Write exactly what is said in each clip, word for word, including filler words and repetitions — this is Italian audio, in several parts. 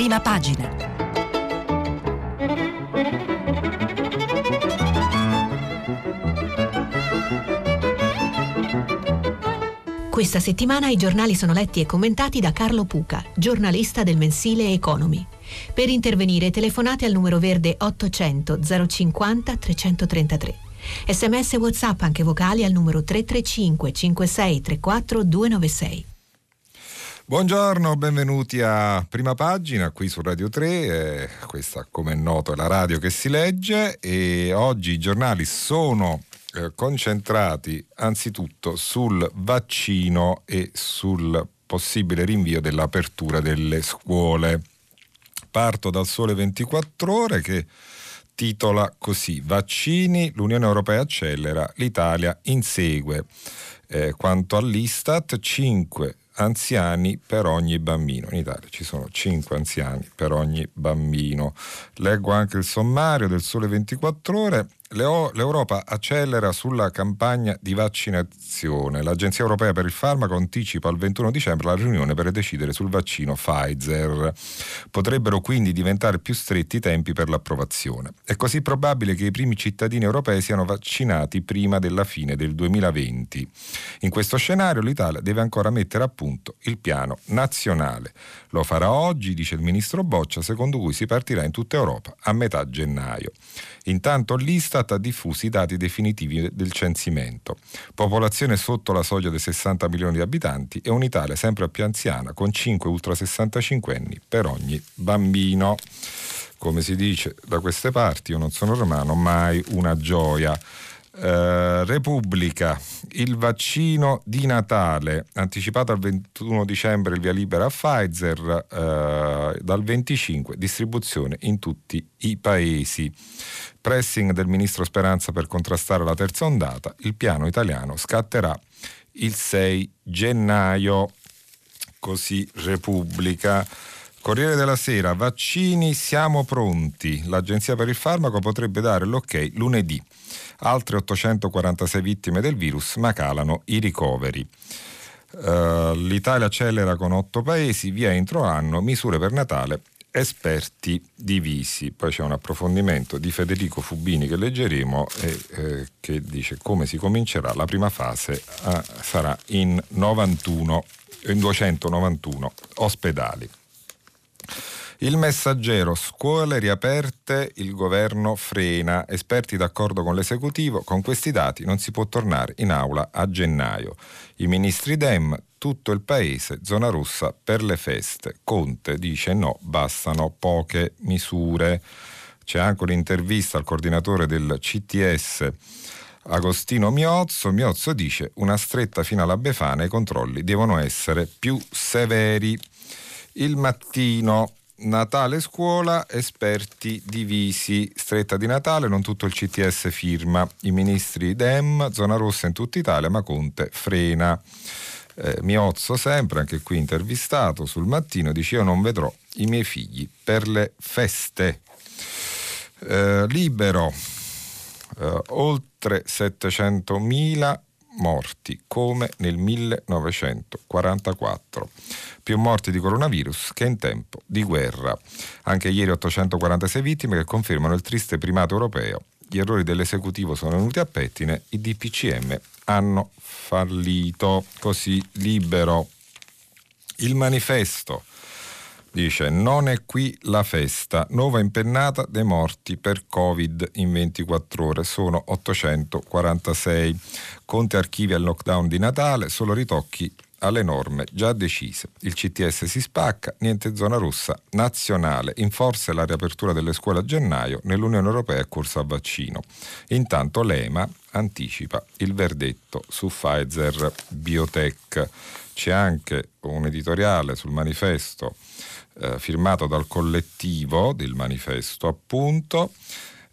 Prima pagina. Questa settimana i giornali sono letti e commentati da Carlo Puca, giornalista del mensile Economy. Per intervenire telefonate al numero verde ottocento zero cinquanta trecentotrentatré. Sms e WhatsApp anche vocali al numero tre tre cinque cinque sei tre quattro due nove sei. Buongiorno, benvenuti a Prima Pagina qui su Radio tre, eh, questa come è noto è la radio che si legge, e oggi i giornali sono eh, concentrati anzitutto sul vaccino e sul possibile rinvio dell'apertura delle scuole. Parto dal Sole ventiquattro Ore che titola così: vaccini, l'Unione Europea accelera, l'Italia insegue. Eh, quanto all'Istat, cinque anziani per ogni bambino. In Italia ci sono cinque anziani per ogni bambino. Leggo anche il sommario del Sole ventiquattro Ore. L'Europa accelera sulla campagna di vaccinazione. L'Agenzia Europea per il Farmaco anticipa al ventuno dicembre la riunione per decidere sul vaccino Pfizer. Potrebbero quindi diventare più stretti i tempi per l'approvazione. È così probabile che i primi cittadini europei siano vaccinati prima della fine del duemilaventi. In questo scenario l'Italia deve ancora mettere a punto il piano nazionale. Lo farà oggi, dice il ministro Boccia, secondo cui si partirà in tutta Europa a metà gennaio. Intanto l'Istat ha diffuso i dati definitivi del censimento. Popolazione sotto la soglia dei sessanta milioni di abitanti e un'Italia sempre più anziana con cinque ultra sessantacinquenni per ogni bambino. Come si dice da queste parti, io non sono romano, mai una gioia. Uh, Repubblica, il vaccino di Natale, anticipato al ventuno dicembre il via libera a Pfizer, uh, dal venticinque distribuzione in tutti i paesi. Pressing del ministro Speranza per contrastare la terza ondata, il piano italiano scatterà il sei gennaio, così Repubblica. Corriere della Sera, vaccini, siamo pronti, l'Agenzia per il Farmaco potrebbe dare l'ok lunedì. Altre ottocentoquarantasei vittime del virus, ma calano i ricoveri. Uh, L'Italia accelera con otto paesi, via entro anno, misure per Natale, esperti divisi. Poi c'è un approfondimento di Federico Fubini che leggeremo e eh, che dice come si comincerà. La prima fase uh, sarà in novantuno, in duecentonovantuno ospedali. Il Messaggero, scuole riaperte, il governo frena, esperti d'accordo con l'esecutivo, con questi dati non si può tornare in aula a gennaio. I ministri Dem, tutto il paese, zona rossa per le feste. Conte dice no, bastano poche misure. C'è anche un'intervista al coordinatore del C T S, Agostino Miozzo. Miozzo dice una stretta fino alla Befana, i controlli devono essere più severi. Il Mattino, Natale scuola, esperti divisi, stretta di Natale, non tutto il C T S firma, i ministri Dem, zona rossa in tutta Italia, ma Conte frena. Eh, Miozzo sempre, anche qui intervistato sul Mattino, dice io non vedrò i miei figli per le feste. Eh, Libero, eh, oltre settecentomila morti come nel millenovecentoquarantaquattro, più morti di coronavirus che in tempo di guerra. Anche ieri ottocentoquarantasei vittime che confermano il triste primato europeo. Gli errori dell'esecutivo sono venuti a pettine, i D P C M hanno fallito. Così Libero. Il Manifesto dice non è qui la festa, nuova impennata dei morti per Covid in ventiquattro ore, sono ottocentoquarantasei. Conte archivia il lockdown di Natale, solo ritocchi alle norme già decise. Il C T S si spacca, niente zona rossa nazionale, in forza la riapertura delle scuole a gennaio, nell'Unione Europea è corsa a vaccino. Intanto l'E M A anticipa il verdetto su Pfizer Biotech. C'è anche un editoriale sul Manifesto eh, firmato dal collettivo del Manifesto, appunto,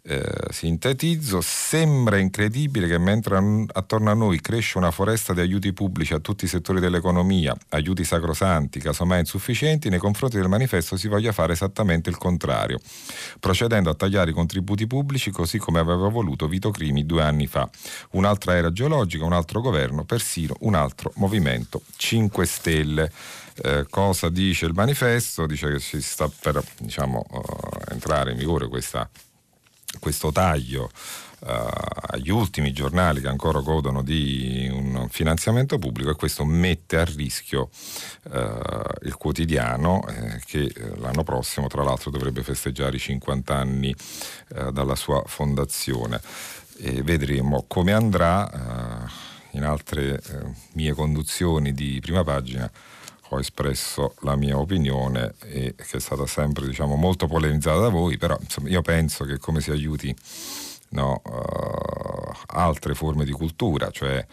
Eh, sintetizzo, sembra incredibile che mentre an- attorno a noi cresce una foresta di aiuti pubblici a tutti i settori dell'economia, aiuti sacrosanti, casomai insufficienti, nei confronti del manifesto si voglia fare esattamente il contrario, procedendo a tagliare i contributi pubblici così come aveva voluto Vito Crimi due anni fa. Un'altra era geologica, un altro governo, persino un altro movimento cinque Stelle. Eh, cosa dice il manifesto? Dice che ci sta per, diciamo, uh, entrare in vigore questa questo taglio uh, agli ultimi giornali che ancora godono di un finanziamento pubblico, e questo mette a rischio uh, il quotidiano eh, che l'anno prossimo tra l'altro dovrebbe festeggiare i cinquanta anni uh, dalla sua fondazione, e vedremo come andrà. Uh, in altre uh, mie conduzioni di Prima Pagina ho espresso la mia opinione, e che è stata sempre, diciamo, molto polemizzata da voi, però insomma, io penso che come si aiuti, no, uh, altre forme di cultura, cioè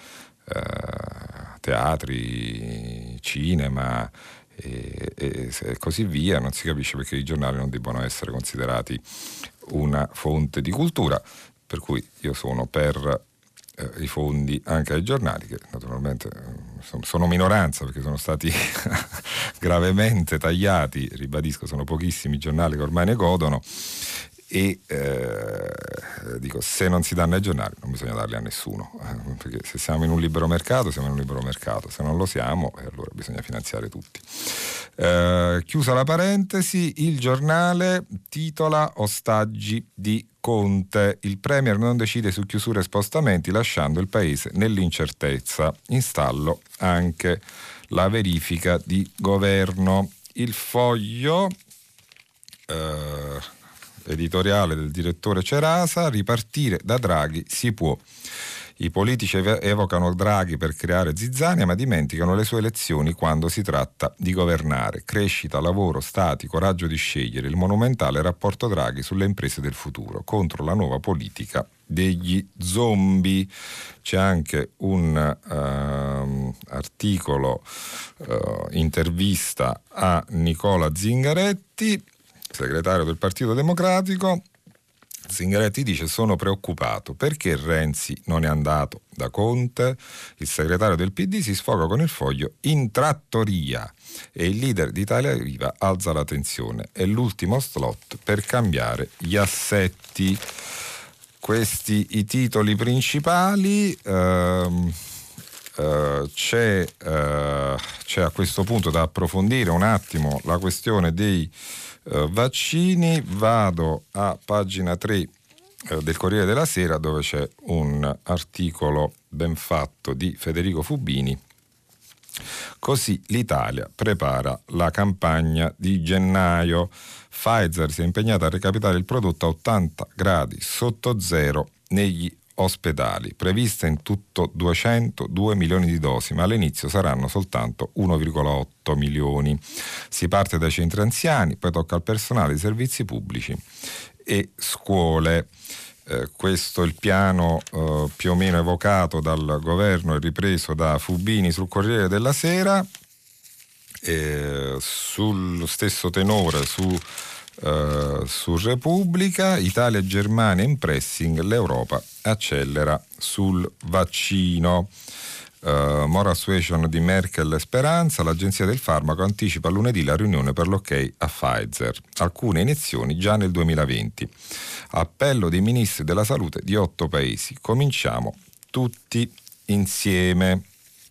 uh, teatri, cinema e, e, e così via, non si capisce perché i giornali non debbano essere considerati una fonte di cultura, per cui io sono per i fondi anche ai giornali, che naturalmente sono minoranza perché sono stati gravemente tagliati, ribadisco, sono pochissimi i giornali che ormai ne godono, e eh, dico, se non si danno ai giornali non bisogna darli a nessuno, eh, perché se siamo in un libero mercato siamo in un libero mercato, se non lo siamo eh, allora bisogna finanziare tutti. Eh, chiusa la parentesi, il giornale titola ostaggi di Conte, il premier non decide su chiusure e spostamenti lasciando il paese nell'incertezza, in stallo anche la verifica di governo. Il Foglio, eh, editoriale del direttore Cerasa, ripartire da Draghi si può. I politici evocano Draghi per creare zizzania, ma dimenticano le sue lezioni quando si tratta di governare. Crescita, lavoro, stati, coraggio di scegliere, il monumentale rapporto Draghi sulle imprese del futuro, contro la nuova politica degli zombie. C'è anche un uh, articolo, uh, intervista a Nicola Zingaretti, segretario del Partito Democratico. Zingaretti dice: sono preoccupato perché Renzi non è andato da Conte. Il segretario del P D si sfoga con il Foglio in trattoria e il leader di Italia Viva alza la tensione. È l'ultimo slot per cambiare gli assetti. Questi i titoli principali. Ehm, eh, c'è, eh, c'è a questo punto da approfondire un attimo la questione dei Uh, vaccini. Vado a pagina tre uh, del Corriere della Sera, dove c'è un articolo ben fatto di Federico Fubini. Così l'Italia prepara la campagna di gennaio. Pfizer si è impegnata a recapitare il prodotto a ottanta gradi sotto zero negli ospedali, previste in tutto duecentodue milioni di dosi, ma all'inizio saranno soltanto uno virgola otto milioni. Si parte dai centri anziani, poi tocca al personale di servizi pubblici e scuole. Eh, questo è il piano eh, più o meno evocato dal governo e ripreso da Fubini sul Corriere della Sera. Eh, sullo stesso tenore su Uh, su Repubblica, Italia e Germania in pressing, l'Europa accelera sul vaccino. Uh, moral suasion di Merkel e Speranza, l'agenzia del farmaco anticipa lunedì la riunione per l'ok a Pfizer, alcune iniezioni già nel duemilaventi. Appello dei ministri della salute di otto paesi, cominciamo tutti insieme.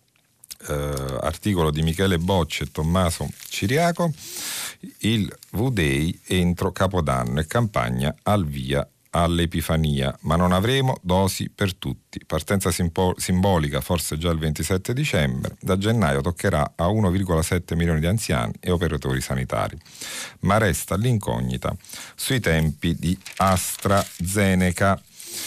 Uh, articolo di Michele Bocci e Tommaso Ciriaco. Il V-Day entro Capodanno e campagna al via all'Epifania, ma non avremo dosi per tutti. Partenza simpo- simbolica forse già il ventisette dicembre. Da gennaio toccherà a uno virgola sette milioni di anziani e operatori sanitari, ma resta l'incognita sui tempi di AstraZeneca.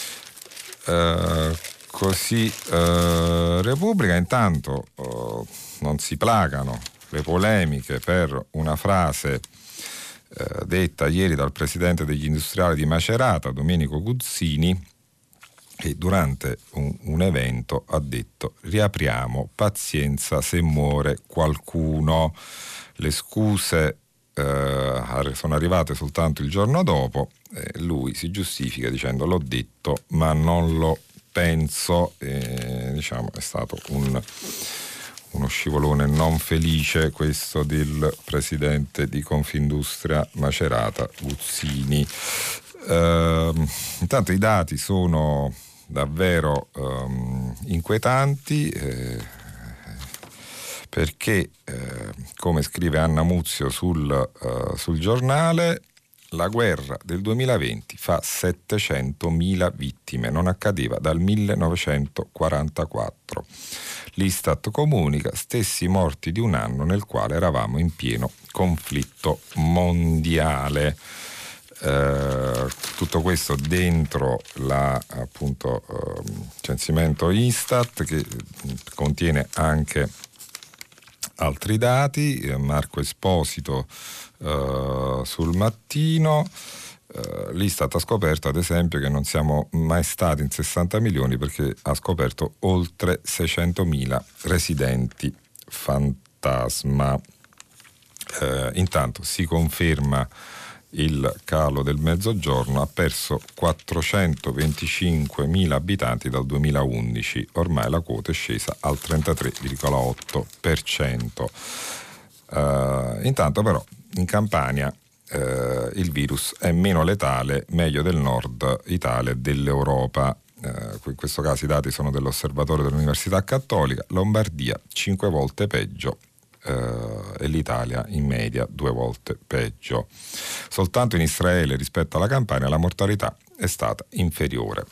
Uh, Così eh, Repubblica. Intanto eh, non si placano le polemiche per una frase eh, detta ieri dal presidente degli industriali di Macerata, Domenico Guzzini, che durante un, un evento ha detto: riapriamo, pazienza se muore qualcuno. Le scuse eh, sono arrivate soltanto il giorno dopo. Eh, lui si giustifica dicendo: l'ho detto ma non lo penso. Eh, diciamo è stato un, uno scivolone non felice questo del presidente di Confindustria Macerata Guzzini. Eh, intanto i dati sono davvero um, inquietanti, eh, perché eh, come scrive Anna Muzio sul, uh, sul giornale, la guerra del duemilaventi fa settecentomila vittime, non accadeva dal millenovecentoquarantaquattro. L'Istat comunica stessi morti di un anno nel quale eravamo in pieno conflitto mondiale. Eh, tutto questo dentro la appunto eh, censimento Istat, che contiene anche altri dati. eh, Marco Esposito eh, sul Mattino. eh, L'Istat ha scoperto ad esempio che non siamo mai stati in sessanta milioni, perché ha scoperto oltre seicentomila residenti fantasma. Eh, intanto si conferma il calo del Mezzogiorno, ha perso quattrocentoventicinquemila abitanti dal duemilaundici, ormai la quota è scesa al trentatré virgola otto per cento. Uh, intanto però in Campania uh, il virus è meno letale, meglio del nord Italia e dell'Europa. Uh, in questo caso i dati sono dell'Osservatorio dell'Università Cattolica. Lombardia cinque volte peggio, Uh, e l'Italia in media due volte peggio. Soltanto in Israele rispetto alla Campania la mortalità è stata inferiore.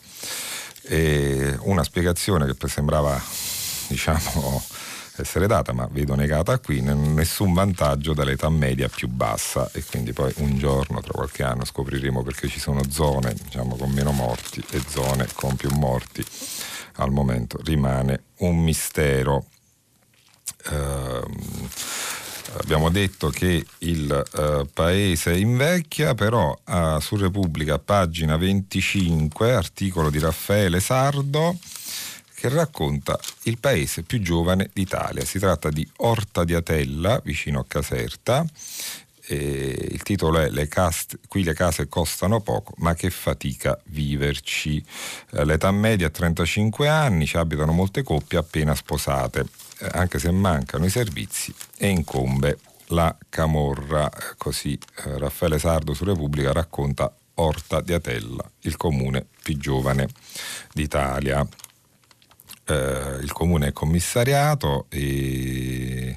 E una spiegazione che sembrava, diciamo, essere data, ma vedo negata qui: nessun vantaggio dall'età media più bassa, e quindi poi un giorno, tra qualche anno, scopriremo perché ci sono zone, diciamo, con meno morti e zone con più morti. Al momento rimane un mistero. Uh, abbiamo detto che il uh, paese invecchia, però uh, su Repubblica, pagina venticinque, articolo di Raffaele Sardo che racconta il paese più giovane d'Italia. Si tratta di Orta di Atella, vicino a Caserta. E il titolo è le cast- qui le case costano poco, ma che fatica viverci. Eh, l'età media è trentacinque anni, ci abitano molte coppie appena sposate, eh, anche se mancano i servizi e incombe la camorra. Così eh, Raffaele Sardo su Repubblica racconta Orta di Atella, il comune più giovane d'Italia. Eh, il comune è commissariato e,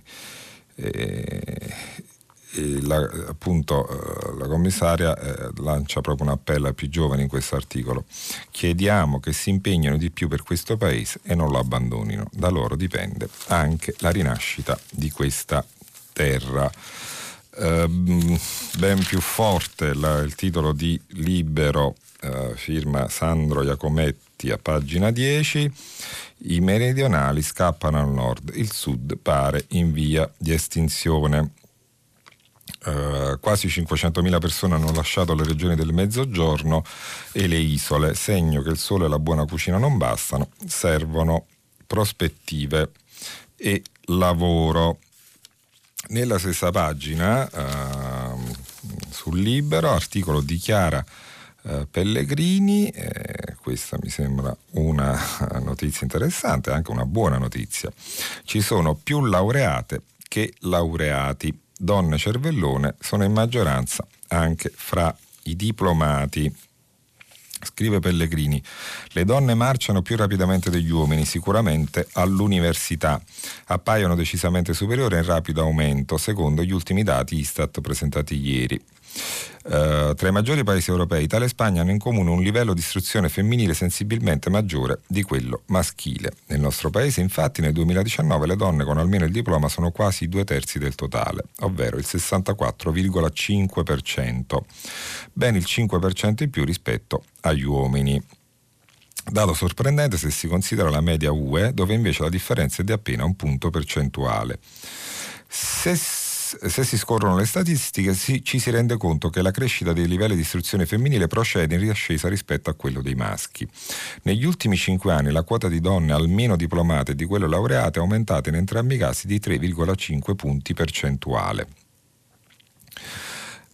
e La, appunto la commissaria eh, lancia proprio un appello ai più giovani in questo articolo: chiediamo che si impegnino di più per questo paese e non lo abbandonino, da loro dipende anche la rinascita di questa terra. Eh, ben più forte la, il titolo di Libero, eh, firma Sandro Iacometti a pagina dieci: i meridionali scappano al nord, il sud pare in via di estinzione. Uh, quasi cinquecentomila persone hanno lasciato le regioni del Mezzogiorno e le isole, segno che il sole e la buona cucina non bastano, servono prospettive e lavoro. Nella stessa pagina uh, sul Libero, articolo di Chiara uh, Pellegrini, eh, questa mi sembra una notizia interessante, anche una buona notizia. Ci sono più laureate che laureati. Donne cervellone sono in maggioranza anche fra i diplomati. Scrive Pellegrini: le donne marciano più rapidamente degli uomini, sicuramente all'università. Appaiono decisamente superiori e in rapido aumento, secondo gli ultimi dati Istat presentati ieri. Uh, tra i maggiori paesi europei, Italia e Spagna hanno in comune un livello di istruzione femminile sensibilmente maggiore di quello maschile. Nel nostro paese, infatti, nel duemiladiciannove le donne con almeno il diploma sono quasi due terzi del totale, ovvero il sessantaquattro virgola cinque per cento, ben il cinque per cento in più rispetto agli uomini. Dato sorprendente se si considera la media U E, dove invece la differenza è di appena un punto percentuale. Se Se si scorrono le statistiche si, ci si rende conto che la crescita dei livelli di istruzione femminile procede in riascesa rispetto a quello dei maschi. Negli ultimi cinque anni la quota di donne almeno diplomate e di quelle laureate è aumentata in entrambi i casi di tre virgola cinque punti percentuale.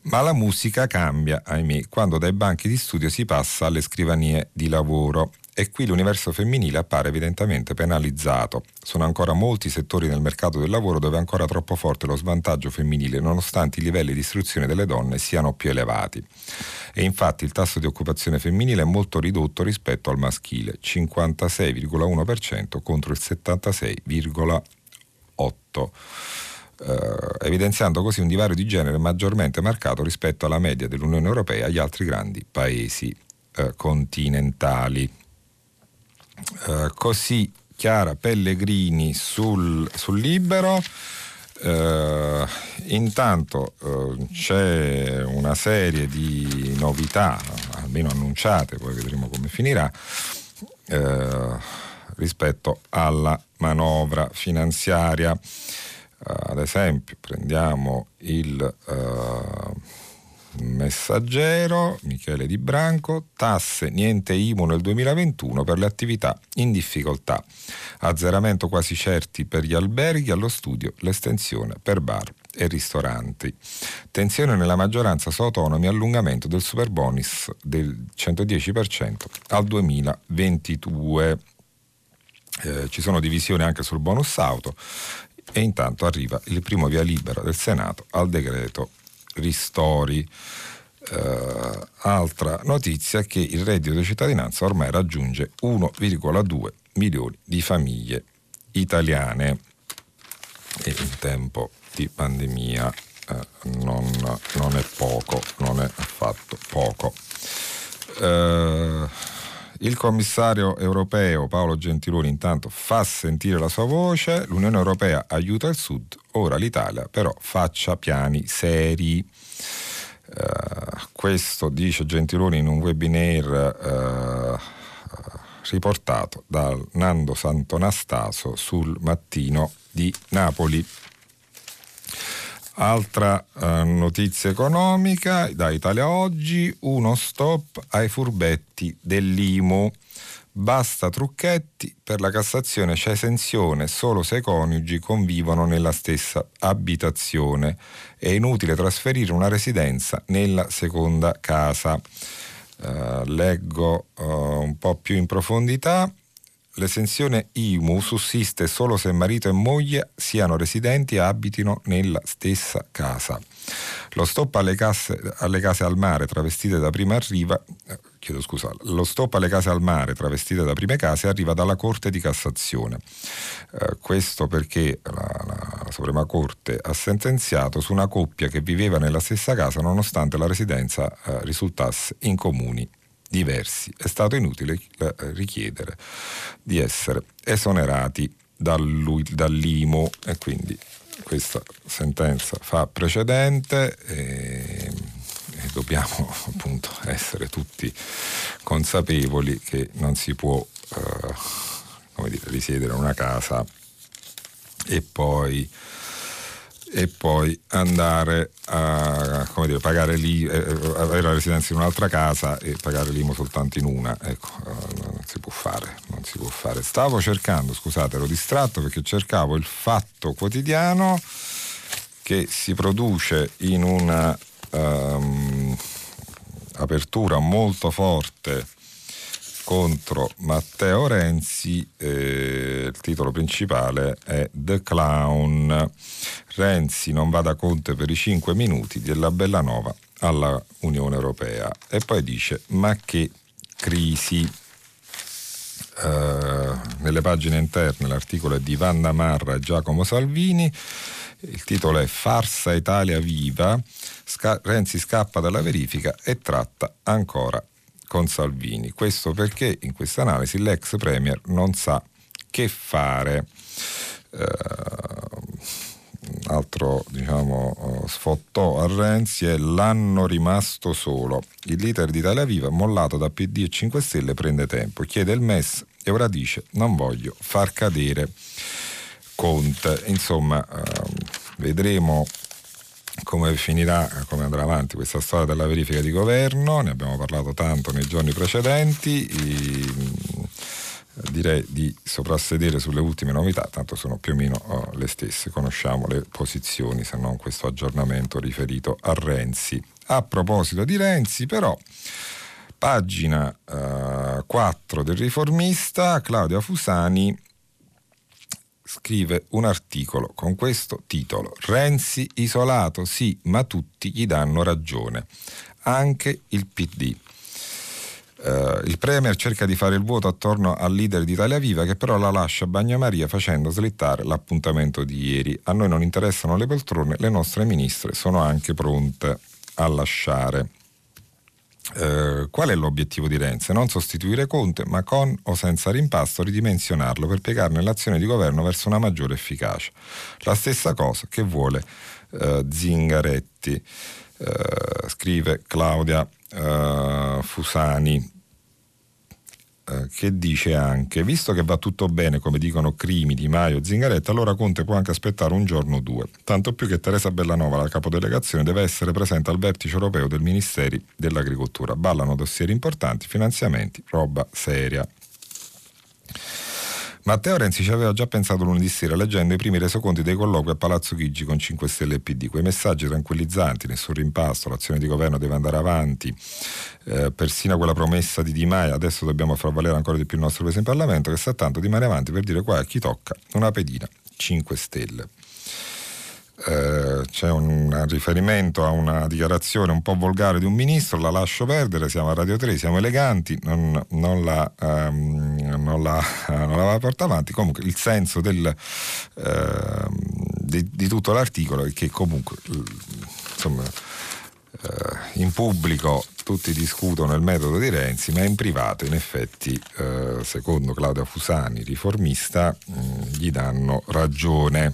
Ma la musica cambia, ahimè, quando dai banchi di studio si passa alle scrivanie di lavoro. E qui l'universo femminile appare evidentemente penalizzato. Sono ancora molti settori nel mercato del lavoro dove è ancora troppo forte lo svantaggio femminile, nonostante i livelli di istruzione delle donne siano più elevati. E infatti il tasso di occupazione femminile è molto ridotto rispetto al maschile, cinquantasei virgola uno per cento contro il settantasei virgola otto per cento. Uh, evidenziando così un divario di genere maggiormente marcato rispetto alla media dell'Unione Europea e agli altri grandi paesi uh, continentali. Uh, così Chiara Pellegrini sul, sul Libero. Uh, intanto uh, c'è una serie di novità, almeno annunciate, poi vedremo come finirà, uh, rispetto alla manovra finanziaria. Uh, ad esempio prendiamo il uh, Messaggero, Michele Di Branco, tasse, niente I M U nel duemilaventuno per le attività in difficoltà, azzeramento quasi certi per gli alberghi, allo studio l'estensione per bar e ristoranti, tensione nella maggioranza su autonomi, allungamento del superbonus del centodieci per cento al duemilaventidue. Eh, ci sono divisioni anche sul bonus auto. E intanto arriva il primo via libera del Senato al decreto ristori. Eh, altra notizia è che il reddito di cittadinanza ormai raggiunge uno virgola due milioni di famiglie italiane e in tempo di pandemia eh, non, non è poco, non è affatto poco. Eh, Il commissario europeo Paolo Gentiloni intanto fa sentire la sua voce, l'Unione Europea aiuta il Sud, ora l'Italia però faccia piani seri. Uh, questo dice Gentiloni in un webinar uh, riportato da Nando Santonastaso sul Mattino di Napoli. Altra uh, notizia economica da Italia Oggi, uno stop ai furbetti dell'I M U, basta trucchetti, per la Cassazione c'è esenzione solo se i coniugi convivono nella stessa abitazione, è inutile trasferire una residenza nella seconda casa. Uh, leggo uh, un po' più in profondità. L'esenzione I M U sussiste solo se marito e moglie siano residenti e abitino nella stessa casa. Lo stop alle case, alle case al mare travestite da prima arriva, eh, chiedo scusa, lo stop alle case al mare travestite da prime case arriva dalla Corte di Cassazione. Eh, questo perché la, la Suprema Corte ha sentenziato su una coppia che viveva nella stessa casa nonostante la residenza eh, risultasse in comuni diversi. È stato inutile eh, richiedere di essere esonerati dall'I M U e quindi questa sentenza fa precedente e, e dobbiamo appunto essere tutti consapevoli che non si può eh, come dire, risiedere in una casa e poi e poi andare a come dire, pagare lì, eh, avere la residenza in un'altra casa e pagare l'I M U soltanto in una. Ecco, eh, non si può fare, non si può fare. Stavo cercando, scusate, ero distratto perché cercavo il Fatto Quotidiano che si produce in una um, apertura molto forte contro Matteo Renzi. Eh, il titolo principale è The Clown. Renzi non va da Conte per i cinque minuti della Bellanova alla Unione Europea. E poi dice: ma che crisi. Eh, nelle pagine interne l'articolo è di Vanna Marra e Giacomo Salvini. Il titolo è Farsa Italia Viva. Sca- Renzi scappa dalla verifica e tratta ancora con Salvini. Questo perché in questa analisi l'ex premier non sa che fare. Uh, altro diciamo sfottò a Renzi è l'anno rimasto solo. Il leader di Italia Viva, mollato da P D e cinque Stelle, prende tempo, chiede il M E S e ora dice: non voglio far cadere Conte. Insomma, uh, vedremo come finirà, come andrà avanti questa storia della verifica di governo. Ne abbiamo parlato tanto nei giorni precedenti. I, direi di soprassedere sulle ultime novità, tanto sono più o meno oh, le stesse, conosciamo le posizioni, se non questo aggiornamento riferito a Renzi. A proposito di Renzi, però, pagina eh, quattro del Riformista, Claudia Fusani scrive un articolo con questo titolo: Renzi isolato sì, ma tutti gli danno ragione, anche il P D. Uh, il Premier cerca di fare il vuoto attorno al leader di Italia Viva, che però la lascia bagnomaria facendo slittare l'appuntamento di ieri. A noi non interessano le poltrone, le nostre ministre sono anche pronte a lasciare. Uh, qual è l'obiettivo di Renzi? Non sostituire Conte, ma con o senza rimpasto ridimensionarlo per piegarne l'azione di governo verso una maggiore efficacia. La stessa cosa che vuole uh, Zingaretti, uh, scrive Claudia Uh, Fusani, uh, che dice anche: visto che va tutto bene come dicono Crimi, Di Maio, Zingaretti, allora Conte può anche aspettare un giorno o due, tanto più che Teresa Bellanova, la capodelegazione, deve essere presente al vertice europeo del Ministeri dell'Agricoltura. Ballano dossier importanti, finanziamenti, roba seria. Matteo Renzi ci aveva già pensato lunedì sera leggendo i primi resoconti dei colloqui a Palazzo Chigi con cinque Stelle e P D, quei messaggi tranquillizzanti, nessun rimpasto, l'azione di governo deve andare avanti, eh, persino quella promessa di Di Maio: adesso dobbiamo far valere ancora di più il nostro peso in Parlamento, che sta tanto di mare avanti per dire qua a chi tocca una pedina cinque Stelle. Eh, c'è un riferimento a una dichiarazione un po' volgare di un ministro, la lascio perdere, siamo a Radio tre, siamo eleganti, non, non, la, um, non, la, non la porta avanti. Comunque il senso del, uh, di, di tutto l'articolo è che comunque insomma, uh, in pubblico tutti discutono il metodo di Renzi, ma in privato in effetti uh, secondo Claudia Fusani, riformista, um, gli danno ragione.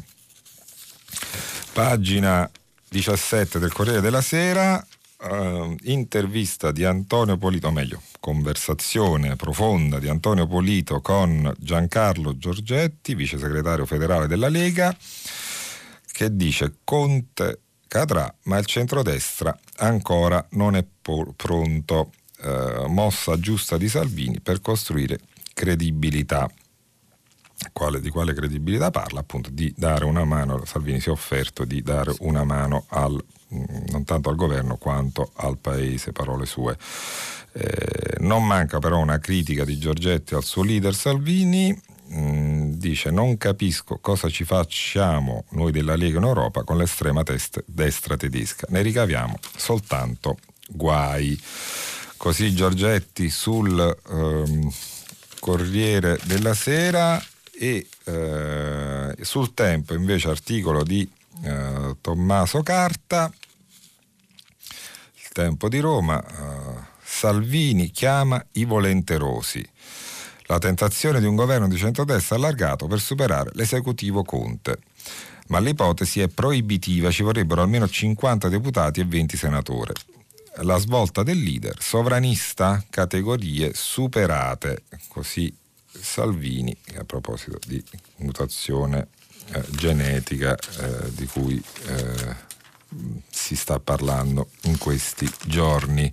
Pagina diciassette del Corriere della Sera, eh, intervista di Antonio Polito, o meglio, conversazione profonda di Antonio Polito con Giancarlo Giorgetti, vice segretario federale della Lega, che dice: Conte cadrà, ma il centrodestra ancora non è po- pronto, eh, mossa giusta di Salvini per costruire credibilità. Quale, di quale credibilità parla? Appunto di dare una mano. Salvini si è offerto di dare una mano al, non tanto al governo quanto al paese, parole sue. Eh, non manca però una critica di Giorgetti al suo leader Salvini. Mm, dice: non capisco cosa ci facciamo noi della Lega in Europa con l'estrema test- destra tedesca, ne ricaviamo soltanto guai. Così Giorgetti sul ehm, Corriere della Sera. E eh, sul Tempo invece articolo di eh, Tommaso Carta, il Tempo di Roma, eh, Salvini chiama i volenterosi, la tentazione di un governo di centrodestra allargato per superare l'esecutivo Conte, ma l'ipotesi è proibitiva, ci vorrebbero almeno cinquanta deputati e venti senatori. La svolta del leader, sovranista, categorie superate, così Salvini, a proposito di mutazione eh, genetica eh, di cui eh, si sta parlando in questi giorni.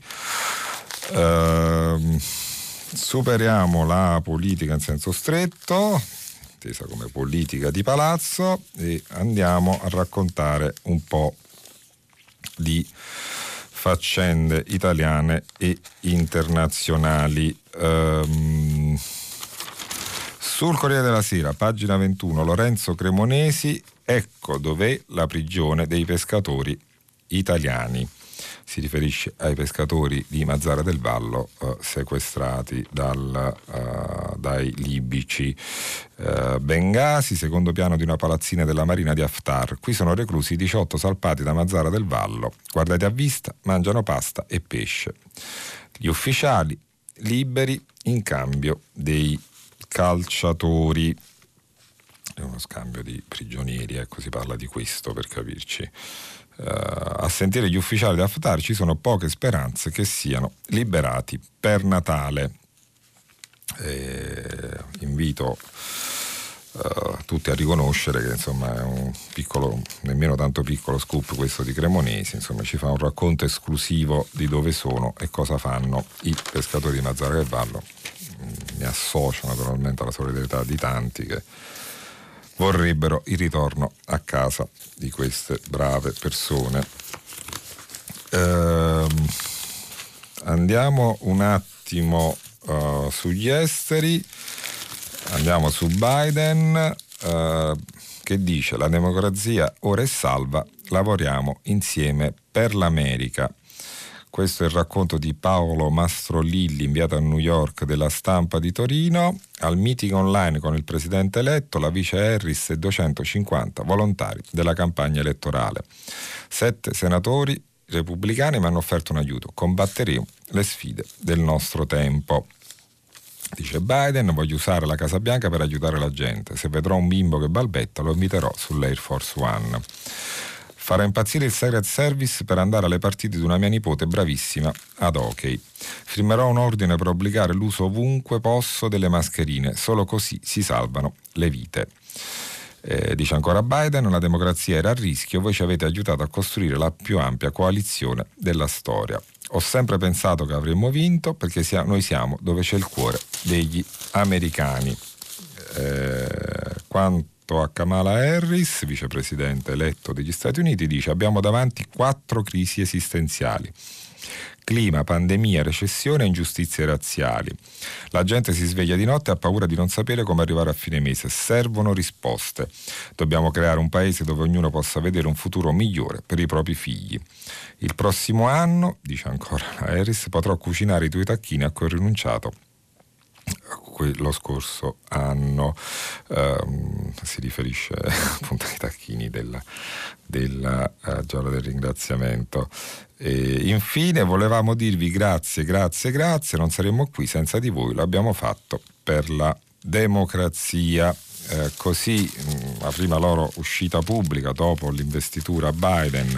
Uh, superiamo la politica in senso stretto, intesa come politica di palazzo, e andiamo a raccontare un po' di faccende italiane e internazionali. Um, Sul Corriere della Sera, pagina ventuno, Lorenzo Cremonesi, ecco dov'è la prigione dei pescatori italiani. Si riferisce ai pescatori di Mazara del Vallo eh, sequestrati dal, uh, dai libici. Uh, Bengasi, secondo piano di una palazzina della Marina di Haftar. Qui sono reclusi diciotto salpati da Mazara del Vallo. Guardati a vista, mangiano pasta e pesce. Gli ufficiali liberi in cambio dei calciatori. È uno scambio di prigionieri, ecco, si parla di questo per capirci. Uh, a sentire gli ufficiali da Haftar ci sono poche speranze che siano liberati per Natale. E invito uh, tutti a riconoscere che insomma è un piccolo, nemmeno tanto piccolo scoop questo di Cremonesi, insomma ci fa un racconto esclusivo di dove sono e cosa fanno i pescatori di Mazara del Vallo. mi associo naturalmente alla solidarietà di tanti che vorrebbero il ritorno a casa di queste brave persone. Ehm, andiamo un attimo uh, sugli esteri, andiamo su Biden uh, che dice: la democrazia ora è salva, lavoriamo insieme per l'America. Questo è il racconto di Paolo Mastrolilli, inviato a New York della Stampa di Torino. Al meeting online con il presidente eletto, la vice Harris e duecentocinquanta volontari della campagna elettorale. Sette senatori repubblicani mi hanno offerto un aiuto. Combatteremo le sfide del nostro tempo. Dice Biden: voglio usare la Casa Bianca per aiutare la gente. Se vedrò un bimbo che balbetta, lo inviterò sull'Air Force One. Farò impazzire il Secret Service per andare alle partite di una mia nipote bravissima ad hockey. Firmerò un ordine per obbligare l'uso ovunque posso delle mascherine, solo così si salvano le vite. Eh, dice ancora Biden: la democrazia era a rischio, voi ci avete aiutato a costruire la più ampia coalizione della storia. Ho sempre pensato che avremmo vinto perché sia, noi siamo dove c'è il cuore degli americani. Eh, quanto a Kamala Harris, vicepresidente eletto degli Stati Uniti, dice: abbiamo davanti quattro crisi esistenziali: clima, pandemia, recessione e ingiustizie razziali. La gente si sveglia di notte e ha paura di non sapere come arrivare a fine mese. Servono risposte. Dobbiamo creare un paese dove ognuno possa vedere un futuro migliore per i propri figli. Il prossimo anno, dice ancora la Harris, potrò cucinare i tuoi tacchini a cui ho rinunciato lo scorso anno. Um, si riferisce appunto ai tacchini della, della uh, giorno del ringraziamento. E infine volevamo dirvi grazie, grazie, grazie, non saremmo qui senza di voi, l'abbiamo fatto per la democrazia. Eh, così mh, la prima loro uscita pubblica dopo l'investitura Biden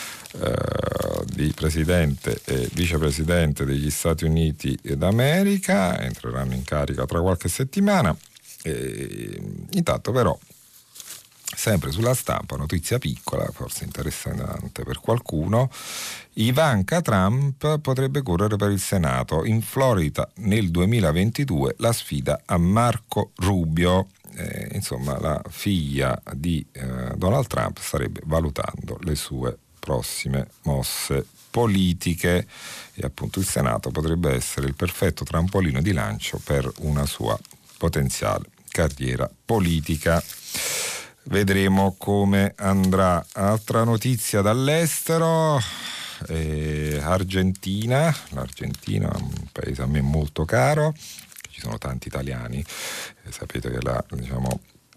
Uh, di presidente e vicepresidente degli Stati Uniti d'America. Entreranno in carica tra qualche settimana. E, intanto però, sempre sulla Stampa, notizia piccola, forse interessante per qualcuno: Ivanka Trump potrebbe correre per il Senato. In Florida nel duemilaventidue la sfida a Marco Rubio. Eh, insomma, la figlia di eh, Donald Trump starebbe valutando le sue prossime mosse politiche e appunto il Senato potrebbe essere il perfetto trampolino di lancio per una sua potenziale carriera politica. Vedremo come andrà. Altra notizia dall'estero: eh, Argentina. L'Argentina è un paese a me molto caro, ci sono tanti italiani, eh, sapete che la, diciamo,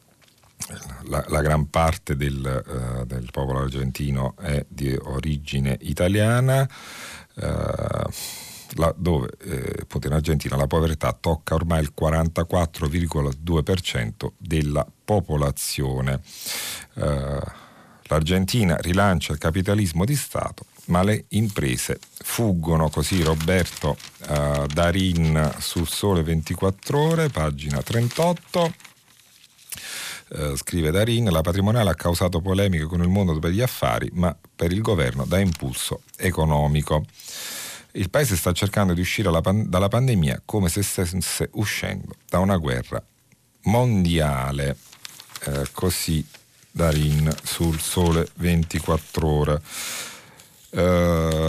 La, la gran parte del, uh, del popolo argentino è di origine italiana, uh, la, dove eh, appunto in Argentina la povertà tocca ormai il quarantaquattro virgola due per cento della popolazione. Uh, L'Argentina rilancia il capitalismo di Stato, ma le imprese fuggono. Così Roberto uh, Darin sul Sole ventiquattro Ore, pagina trentotto. Uh, scrive Darin: la patrimoniale ha causato polemiche con il mondo degli affari, ma per il governo dà impulso economico. Il paese sta cercando di uscire alla pan- dalla pandemia come se stesse uscendo da una guerra mondiale. Uh, così Darin sul Sole ventiquattro Ore. Uh,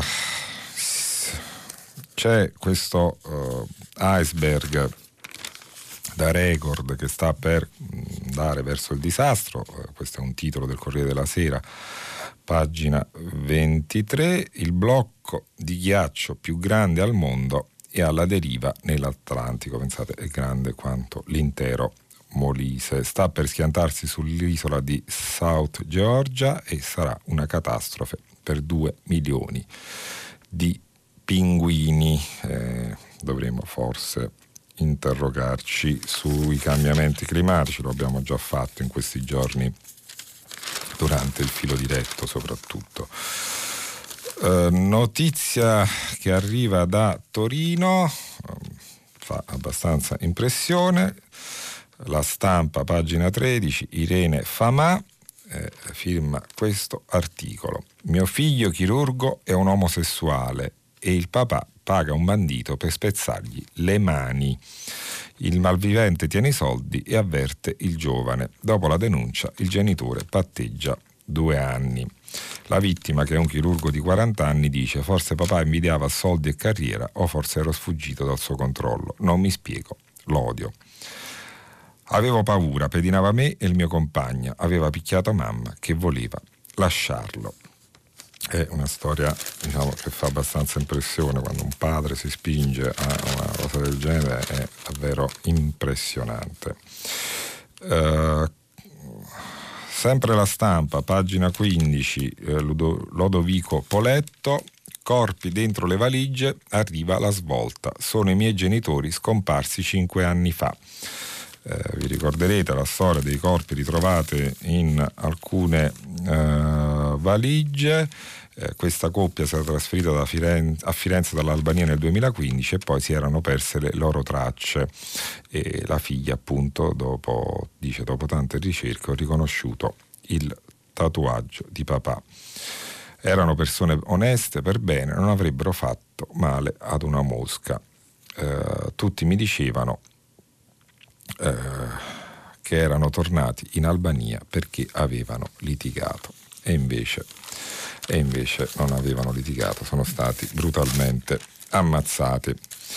c'è questo uh, iceberg da record che sta per andare verso il disastro. Questo è un titolo del Corriere della Sera, pagina ventitré. Il blocco di ghiaccio più grande al mondo è alla deriva nell'Atlantico. Pensate, è grande quanto l'intero Molise. Sta per schiantarsi sull'isola di South Georgia e sarà una catastrofe per due milioni di pinguini. Eh, dovremmo forse interrogarci sui cambiamenti climatici, lo abbiamo già fatto in questi giorni durante il filo diretto soprattutto. Eh, notizia che arriva da Torino, fa abbastanza impressione. La Stampa, pagina tredici, Irene Famà eh, firma questo articolo: mio figlio chirurgo è un omosessuale e il papà paga un bandito per spezzargli le mani. Il malvivente tiene i soldi e avverte il giovane. Dopo la denuncia, il genitore patteggia due anni. La vittima, che è un chirurgo di quaranta anni, dice: forse papà invidiava soldi e carriera, o forse ero sfuggito dal suo controllo. Non mi spiego, l'odio. Avevo paura, pedinava me e il mio compagno, aveva picchiato mamma che voleva lasciarlo. È una storia, diciamo, che fa abbastanza impressione. Quando un padre si spinge a una cosa del genere è davvero impressionante. Uh, sempre La Stampa, pagina quindici, eh, Ludo, Lodovico Poletto: corpi dentro le valigie, arriva la svolta. Sono i miei genitori scomparsi cinque anni fa. Eh, vi ricorderete la storia dei corpi ritrovati in alcune eh, valigie. Eh, questa coppia si era trasferita da Firenze, a Firenze dall'Albania nel duemilaquindici e poi si erano perse le loro tracce, e la figlia, appunto, dopo, dice, dopo tante ricerche ho riconosciuto il tatuaggio di papà. Erano persone oneste, per bene, non avrebbero fatto male ad una mosca. Eh, tutti mi dicevano Eh, che erano tornati in Albania perché avevano litigato, e invece, e invece non avevano litigato, sono stati brutalmente ammazzati.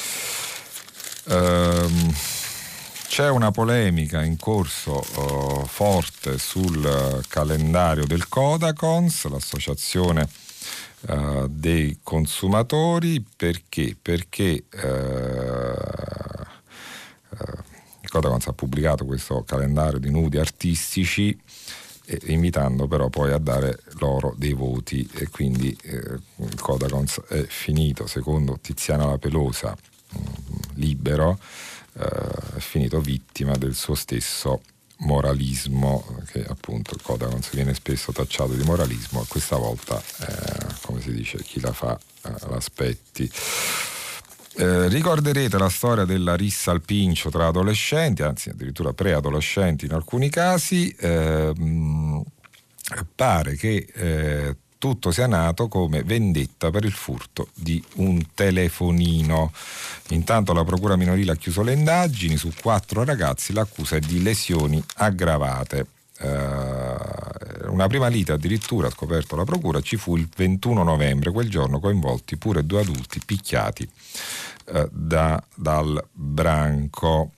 Ehm, c'è una polemica in corso uh, forte sul calendario del Codacons, l'associazione uh, dei consumatori. Perché? Perché uh, uh, il Codacons ha pubblicato questo calendario di nudi artistici, eh, invitando però poi a dare loro dei voti, e quindi eh, il Codacons è finito, secondo Tiziana La Pelosa, mh, libero, eh, è finito vittima del suo stesso moralismo, che appunto il Codacons viene spesso tacciato di moralismo, e questa volta, eh, come si dice, chi la fa eh, l'aspetti. Eh, ricorderete la storia della rissa al pincio tra adolescenti, anzi addirittura preadolescenti in alcuni casi. Eh, mh, pare che eh, tutto sia nato come vendetta per il furto di un telefonino. Intanto la procura minorile ha chiuso le indagini su quattro ragazzi, l'accusa è di lesioni aggravate. Uh, una prima lite addirittura, ha scoperto la procura, ci fu il ventuno novembre, quel giorno coinvolti pure due adulti picchiati uh, da, dal branco.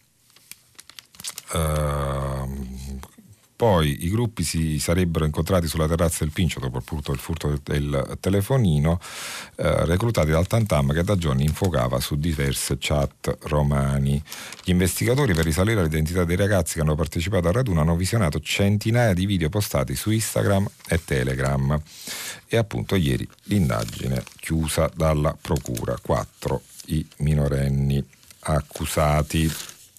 Uh, poi i gruppi si sarebbero incontrati sulla terrazza del Pincio dopo il furto, il furto del, del telefonino, eh, reclutati dal Tantam, che da giorni infogava su diverse chat romani. Gli investigatori, per risalire all'identità dei ragazzi che hanno partecipato al raduno, hanno visionato centinaia di video postati su Instagram e Telegram, e appunto ieri l'indagine chiusa dalla procura. Quattro i minorenni accusati.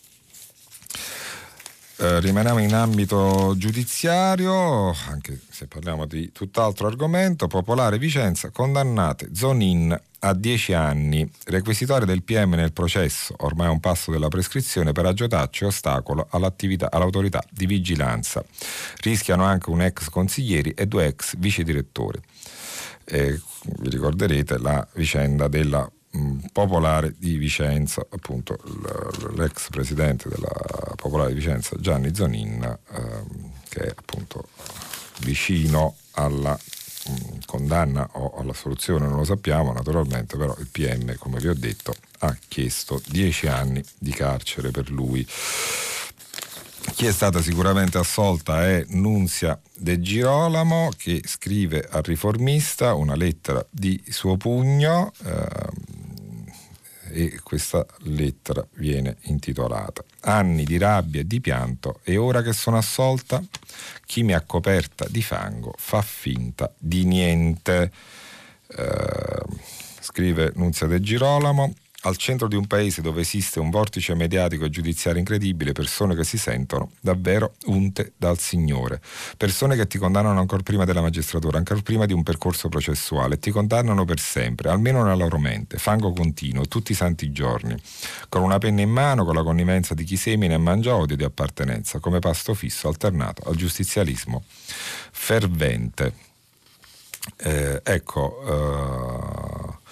Eh, rimaniamo in ambito giudiziario, anche se parliamo di tutt'altro argomento. Popolare Vicenza, condannate Zonin a dieci anni, requisitoria del P M nel processo, ormai a un passo della prescrizione, per agiotaccio e ostacolo all'attività, all'autorità di vigilanza. Rischiano anche un ex consiglieri e due ex vice direttori. Eh, vi ricorderete la vicenda della Popolare di Vicenza, appunto l'ex presidente della Popolare di Vicenza, Gianni Zonin, ehm, che è appunto vicino alla mh, condanna o alla soluzione, non lo sappiamo naturalmente, però il P M, come vi ho detto, ha chiesto dieci anni di carcere per lui. Chi è stata sicuramente assolta è Nunzia De Girolamo, che scrive al Riformista una lettera di suo pugno, ehm, e questa lettera viene intitolata Anni di rabbia e di pianto, e ora che sono assolta, chi mi ha coperta di fango fa finta di niente. Eh, scrive Nunzia De Girolamo. Al centro di un paese dove esiste un vortice mediatico e giudiziario incredibile, persone che si sentono davvero unte dal Signore, persone che ti condannano ancora prima della magistratura, ancora prima di un percorso processuale, ti condannano per sempre, almeno nella loro mente, fango continuo, tutti i santi giorni, con una penna in mano, con la connivenza di chi semina e mangia odio di appartenenza, come pasto fisso alternato al giustizialismo fervente. Eh, ecco, uh,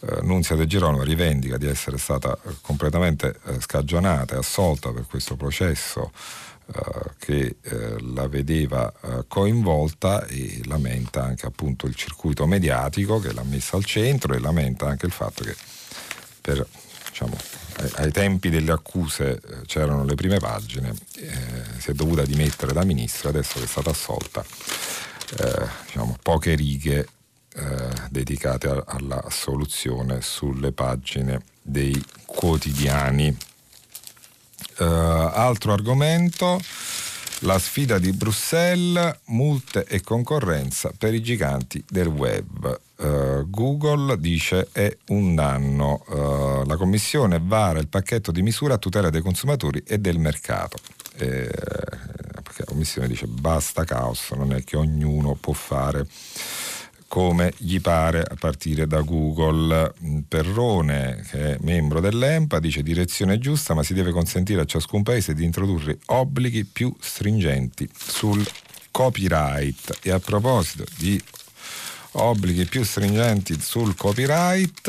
eh, Nunzia De Girolamo rivendica di essere stata completamente eh, scagionata e assolta per questo processo Uh, che uh, la vedeva uh, coinvolta, e lamenta anche appunto il circuito mediatico che l'ha messa al centro, e lamenta anche il fatto che per, diciamo, ai, ai tempi delle accuse uh, c'erano le prime pagine, eh, si è dovuta dimettere da ministro, adesso che è stata assolta, eh, diciamo, poche righe eh, dedicate a, alla soluzione sulle pagine dei quotidiani. Uh, altro argomento, la sfida di Bruxelles, multe e concorrenza per i giganti del web. Uh, Google dice è un danno. Uh, la Commissione vara il pacchetto di misure a tutela dei consumatori e del mercato. Eh, perché la Commissione dice basta caos, non è che ognuno può fare come gli pare a partire da Google. Perrone, che è membro dell'EMPA, dice direzione giusta, ma si deve consentire a ciascun paese di introdurre obblighi più stringenti sul copyright. E a proposito di obblighi più stringenti sul copyright,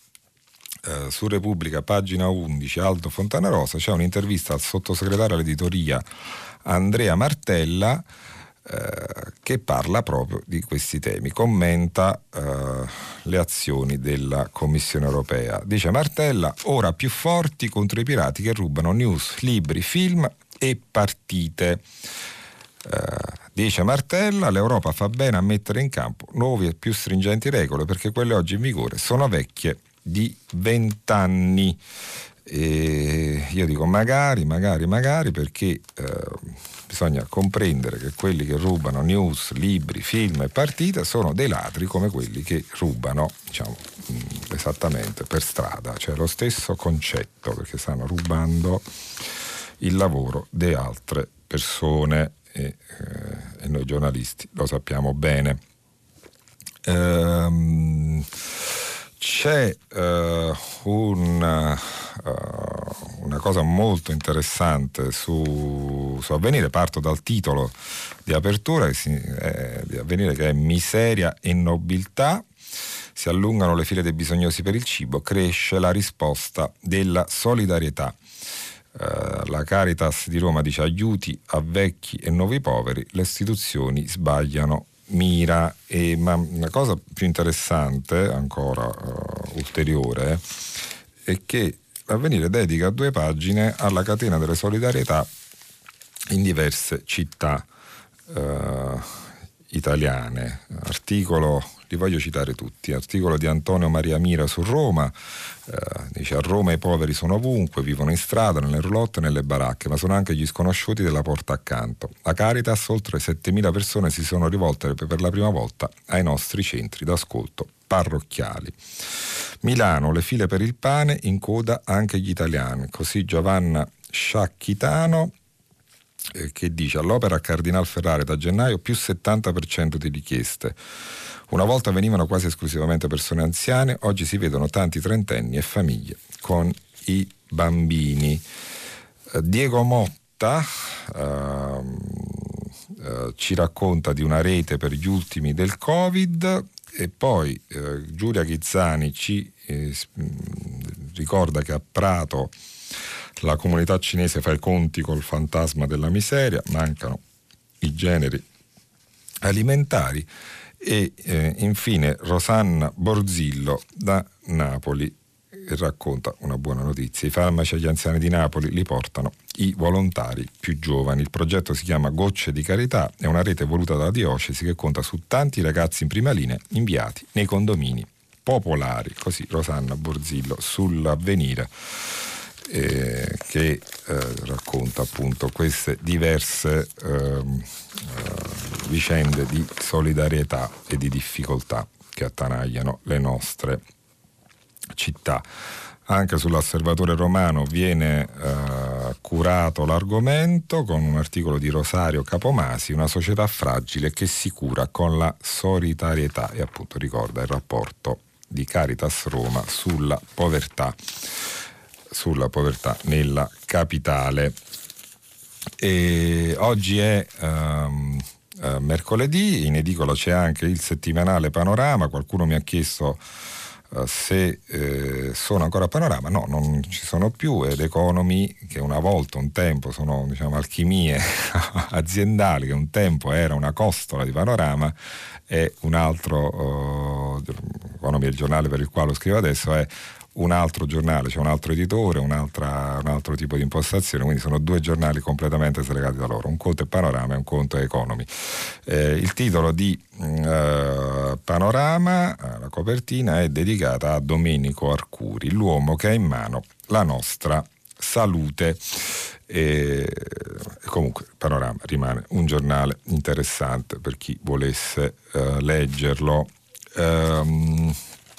eh, su Repubblica, pagina undici, Aldo Fontanarosa, c'è un'intervista al sottosegretario all'editoria Andrea Martella, Eh, che parla proprio di questi temi, commenta eh, le azioni della Commissione europea. Dice Martella, ora più forti contro i pirati che rubano news, libri, film e partite. Eh, dice Martella, l'Europa fa bene a mettere in campo nuove e più stringenti regole, perché quelle oggi in vigore sono vecchie di vent'anni. E io dico magari, magari, magari, perché eh, bisogna comprendere che quelli che rubano news, libri, film e partite sono dei ladri come quelli che rubano, diciamo, mh, esattamente per strada, cioè lo stesso concetto, perché stanno rubando il lavoro di altre persone, e, eh, e noi giornalisti lo sappiamo bene. Ehm, c'è uh, un, uh, una cosa molto interessante su, su Avvenire, parto dal titolo di apertura che si, eh, di Avvenire, che è miseria e nobiltà, si allungano le file dei bisognosi per il cibo, cresce la risposta della solidarietà. Uh, la Caritas di Roma dice aiuti a vecchi e nuovi poveri, le istituzioni sbagliano mira. E, ma una cosa più interessante ancora, uh, ulteriore, è che Avvenire dedica due pagine alla catena delle solidarietà in diverse città uh, italiane. Articolo, li voglio citare tutti, articolo di Antonio Maria Mira su Roma, eh, dice a Roma i poveri sono ovunque, vivono in strada, nelle roulotte, nelle baracche, ma sono anche gli sconosciuti della porta accanto. A Caritas oltre settemila persone si sono rivolte per la prima volta ai nostri centri d'ascolto parrocchiali. Milano, le file per il pane, in coda anche gli italiani, così Giovanna Sciacchitano, eh, che dice all'Opera Cardinal Ferrare da gennaio più settanta per cento di richieste. Una volta venivano quasi esclusivamente persone anziane, oggi si vedono tanti trentenni e famiglie con i bambini. Eh, Diego Motta eh, eh, ci racconta di una rete per gli ultimi del Covid, e poi eh, Giulia Ghizzani ci eh, ricorda che a Prato la comunità cinese fa i conti col fantasma della miseria, mancano i generi alimentari. E eh, infine Rosanna Borzillo da Napoli racconta una buona notizia: i farmaci agli anziani di Napoli li portano i volontari più giovani. Il progetto si chiama Gocce di Carità, è una rete voluta dalla diocesi che conta su tanti ragazzi in prima linea inviati nei condomini popolari. Così Rosanna Borzillo sull'Avvenire, eh, che eh, racconta appunto queste diverse eh, eh, vicende di solidarietà e di difficoltà che attanagliano le nostre città. Anche sull'Osservatore Romano viene eh, curato l'argomento con un articolo di Rosario Capomasi, una società fragile che si cura con la solidarietà, e appunto ricorda il rapporto di Caritas Roma sulla povertà sulla povertà nella capitale. E oggi è um, uh, mercoledì, in edicola c'è anche il settimanale Panorama. Qualcuno mi ha chiesto uh, se eh, sono ancora a Panorama. No, non ci sono più, ed Economy, che una volta, un tempo, sono diciamo alchimie aziendali, che un tempo era una costola di Panorama, è un altro, uh, Economy è il giornale per il quale lo scrivo adesso, è un altro giornale, c'è cioè un altro editore, un'altra, un altro tipo di impostazione, quindi sono due giornali completamente slegati da loro, un conto è Panorama e un conto è Economy. Eh, il titolo di eh, Panorama, la copertina, è dedicata a Domenico Arcuri, l'uomo che ha in mano la nostra salute. E comunque Panorama rimane un giornale interessante per chi volesse eh, leggerlo. Um,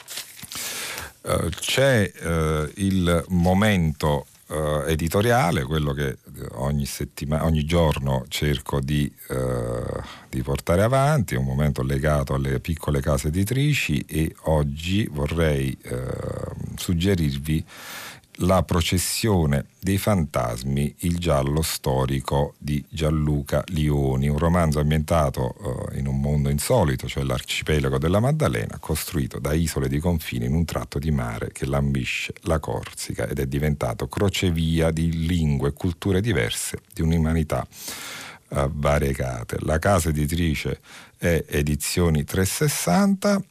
Uh, c'è uh, il momento uh, editoriale, quello che ogni settimana, ogni giorno cerco di, uh, di portare avanti, è un momento legato alle piccole case editrici, e oggi vorrei uh, suggerirvi La processione dei fantasmi, il giallo storico di Gianluca Lioni, un romanzo ambientato uh, in un mondo insolito, cioè l'arcipelago della Maddalena, costruito da isole di confine in un tratto di mare che lambisce la Corsica ed è diventato crocevia di lingue e culture diverse, di un'umanità uh, variegate. La casa editrice è Edizioni trecentosessanta.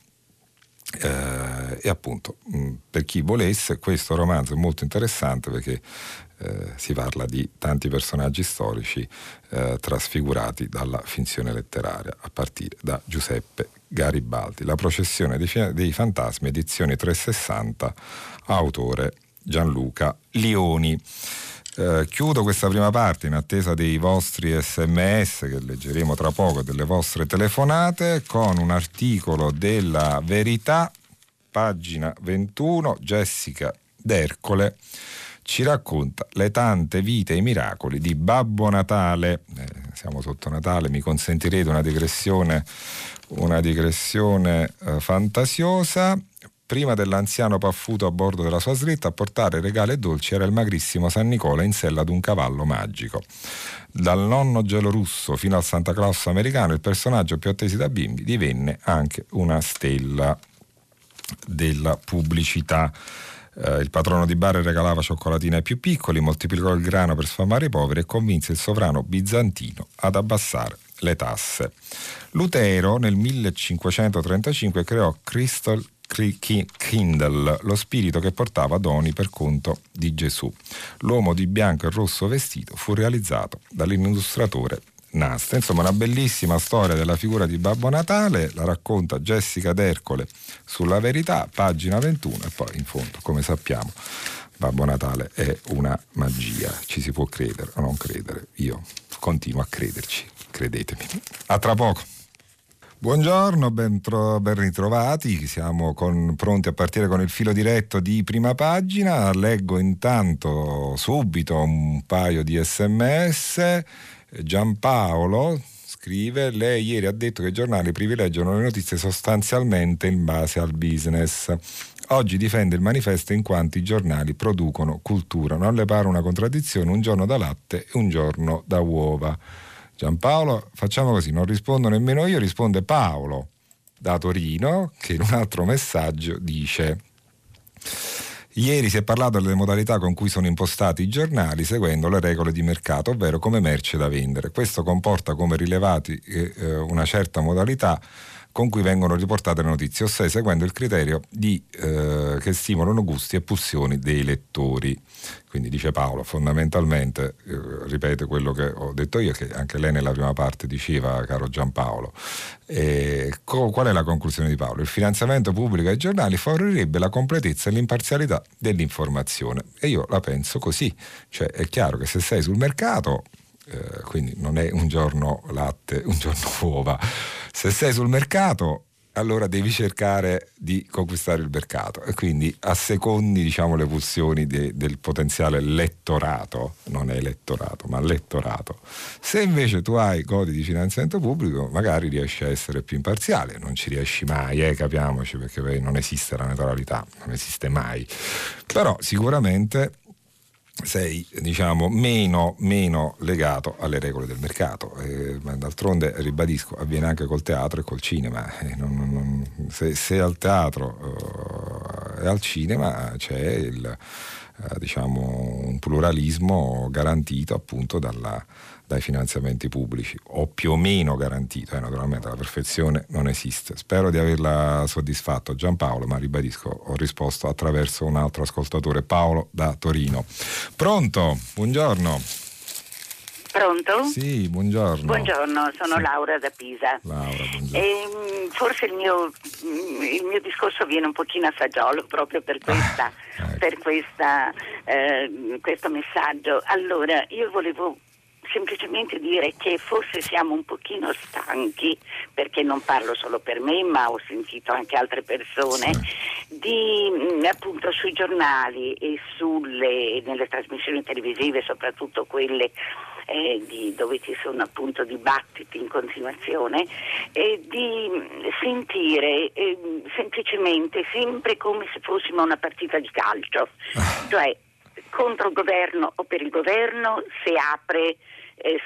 Eh, e appunto mh, per chi volesse, questo romanzo è molto interessante perché eh, si parla di tanti personaggi storici eh, trasfigurati dalla finzione letteraria, a partire da Giuseppe Garibaldi. La processione dei, dei fantasmi, Edizioni trecentosessanta, autore Gianluca Lioni. Eh, chiudo questa prima parte in attesa dei vostri sms che leggeremo tra poco, delle vostre telefonate, con un articolo della Verità, pagina ventuno. Jessica D'Ercole ci racconta le tante vite e i miracoli di Babbo Natale. Eh, siamo sotto Natale, mi consentirete una digressione, una digressione eh, fantasiosa. Prima dell'anziano paffuto a bordo della sua slitta a portare regali e dolci era il magrissimo San Nicola in sella ad un cavallo magico. Dal nonno gelorusso fino al Santa Claus americano, il personaggio più atteso da bimbi divenne anche una stella della pubblicità. Eh, il patrono di Bari regalava cioccolatine ai più piccoli, moltiplicò il grano per sfamare i poveri e convinse il sovrano bizantino ad abbassare le tasse. Lutero nel millecinquecentotrentacinque creò Crystal Kindle, lo spirito che portava doni per conto di Gesù. L'uomo di bianco e rosso vestito fu realizzato dall'illustratore Nasta. Insomma, una bellissima storia della figura di Babbo Natale, la racconta Jessica D'Ercole sulla Verità, pagina ventuno, e poi in fondo, come sappiamo, Babbo Natale è una magia, ci si può credere o non credere, io continuo a crederci, credetemi. A tra poco. Buongiorno, ben, tro- ben ritrovati, siamo con, pronti a partire con il filo diretto di Prima Pagina. Leggo intanto subito un paio di sms. Giampaolo scrive: lei ieri ha detto che i giornali privilegiano le notizie sostanzialmente in base al business. Oggi difende il manifesto in quanto i giornali producono cultura. Non le pare una contraddizione? Un giorno da latte e un giorno da uova. Giampaolo, facciamo così, non rispondo nemmeno io, risponde Paolo da Torino, che in un altro messaggio dice: ieri si è parlato delle modalità con cui sono impostati i giornali seguendo le regole di mercato, ovvero come merce da vendere. Questo comporta come rilevati eh, una certa modalità con cui vengono riportate le notizie, ossia seguendo il criterio di, eh, che stimolano gusti e pulsioni dei lettori. Quindi dice Paolo, fondamentalmente, eh, ripete quello che ho detto io, che anche lei nella prima parte diceva, caro Giampaolo. E co- qual è la conclusione di Paolo? Il finanziamento pubblico ai giornali favorirebbe la completezza e l'imparzialità dell'informazione. E io la penso così, cioè è chiaro che se sei sul mercato, eh, quindi non è un giorno latte, un giorno uova, se sei sul mercato allora devi cercare di conquistare il mercato e quindi assecondi, diciamo, le pulsioni de, del potenziale lettorato, non è elettorato ma lettorato. Se invece tu hai godi di finanziamento pubblico, magari riesci a essere più imparziale. Non ci riesci mai, eh, capiamoci, perché beh, non esiste la neutralità, non esiste mai, però sicuramente sei, diciamo, meno, meno legato alle regole del mercato. Eh, ma d'altronde, ribadisco, avviene anche col teatro e col cinema. Eh, non, non, se, se al teatro e al cinema c'è il, eh, diciamo, un pluralismo garantito appunto dalla, dai finanziamenti pubblici, o più o meno garantito, eh, naturalmente la perfezione non esiste. Spero di averla soddisfatto, Giampaolo, ma ribadisco, ho risposto attraverso un altro ascoltatore, Paolo da Torino. Pronto? Buongiorno. Pronto? Sì, buongiorno. Buongiorno, sono sì. Laura da Pisa. Laura, buongiorno. E, forse il mio, il mio discorso viene un pochino a fagiolo proprio per questa, ah, ecco. per questa, eh, questo messaggio. Allora, io volevo semplicemente dire che forse siamo un pochino stanchi, perché non parlo solo per me, ma ho sentito anche altre persone, sì. di appunto sui giornali e sulle nelle trasmissioni televisive, soprattutto quelle eh, di, dove ci sono appunto dibattiti in continuazione, eh, di sentire eh, semplicemente sempre come se fossimo una partita di calcio, ah. cioè contro il governo o per il governo, se apre, eh,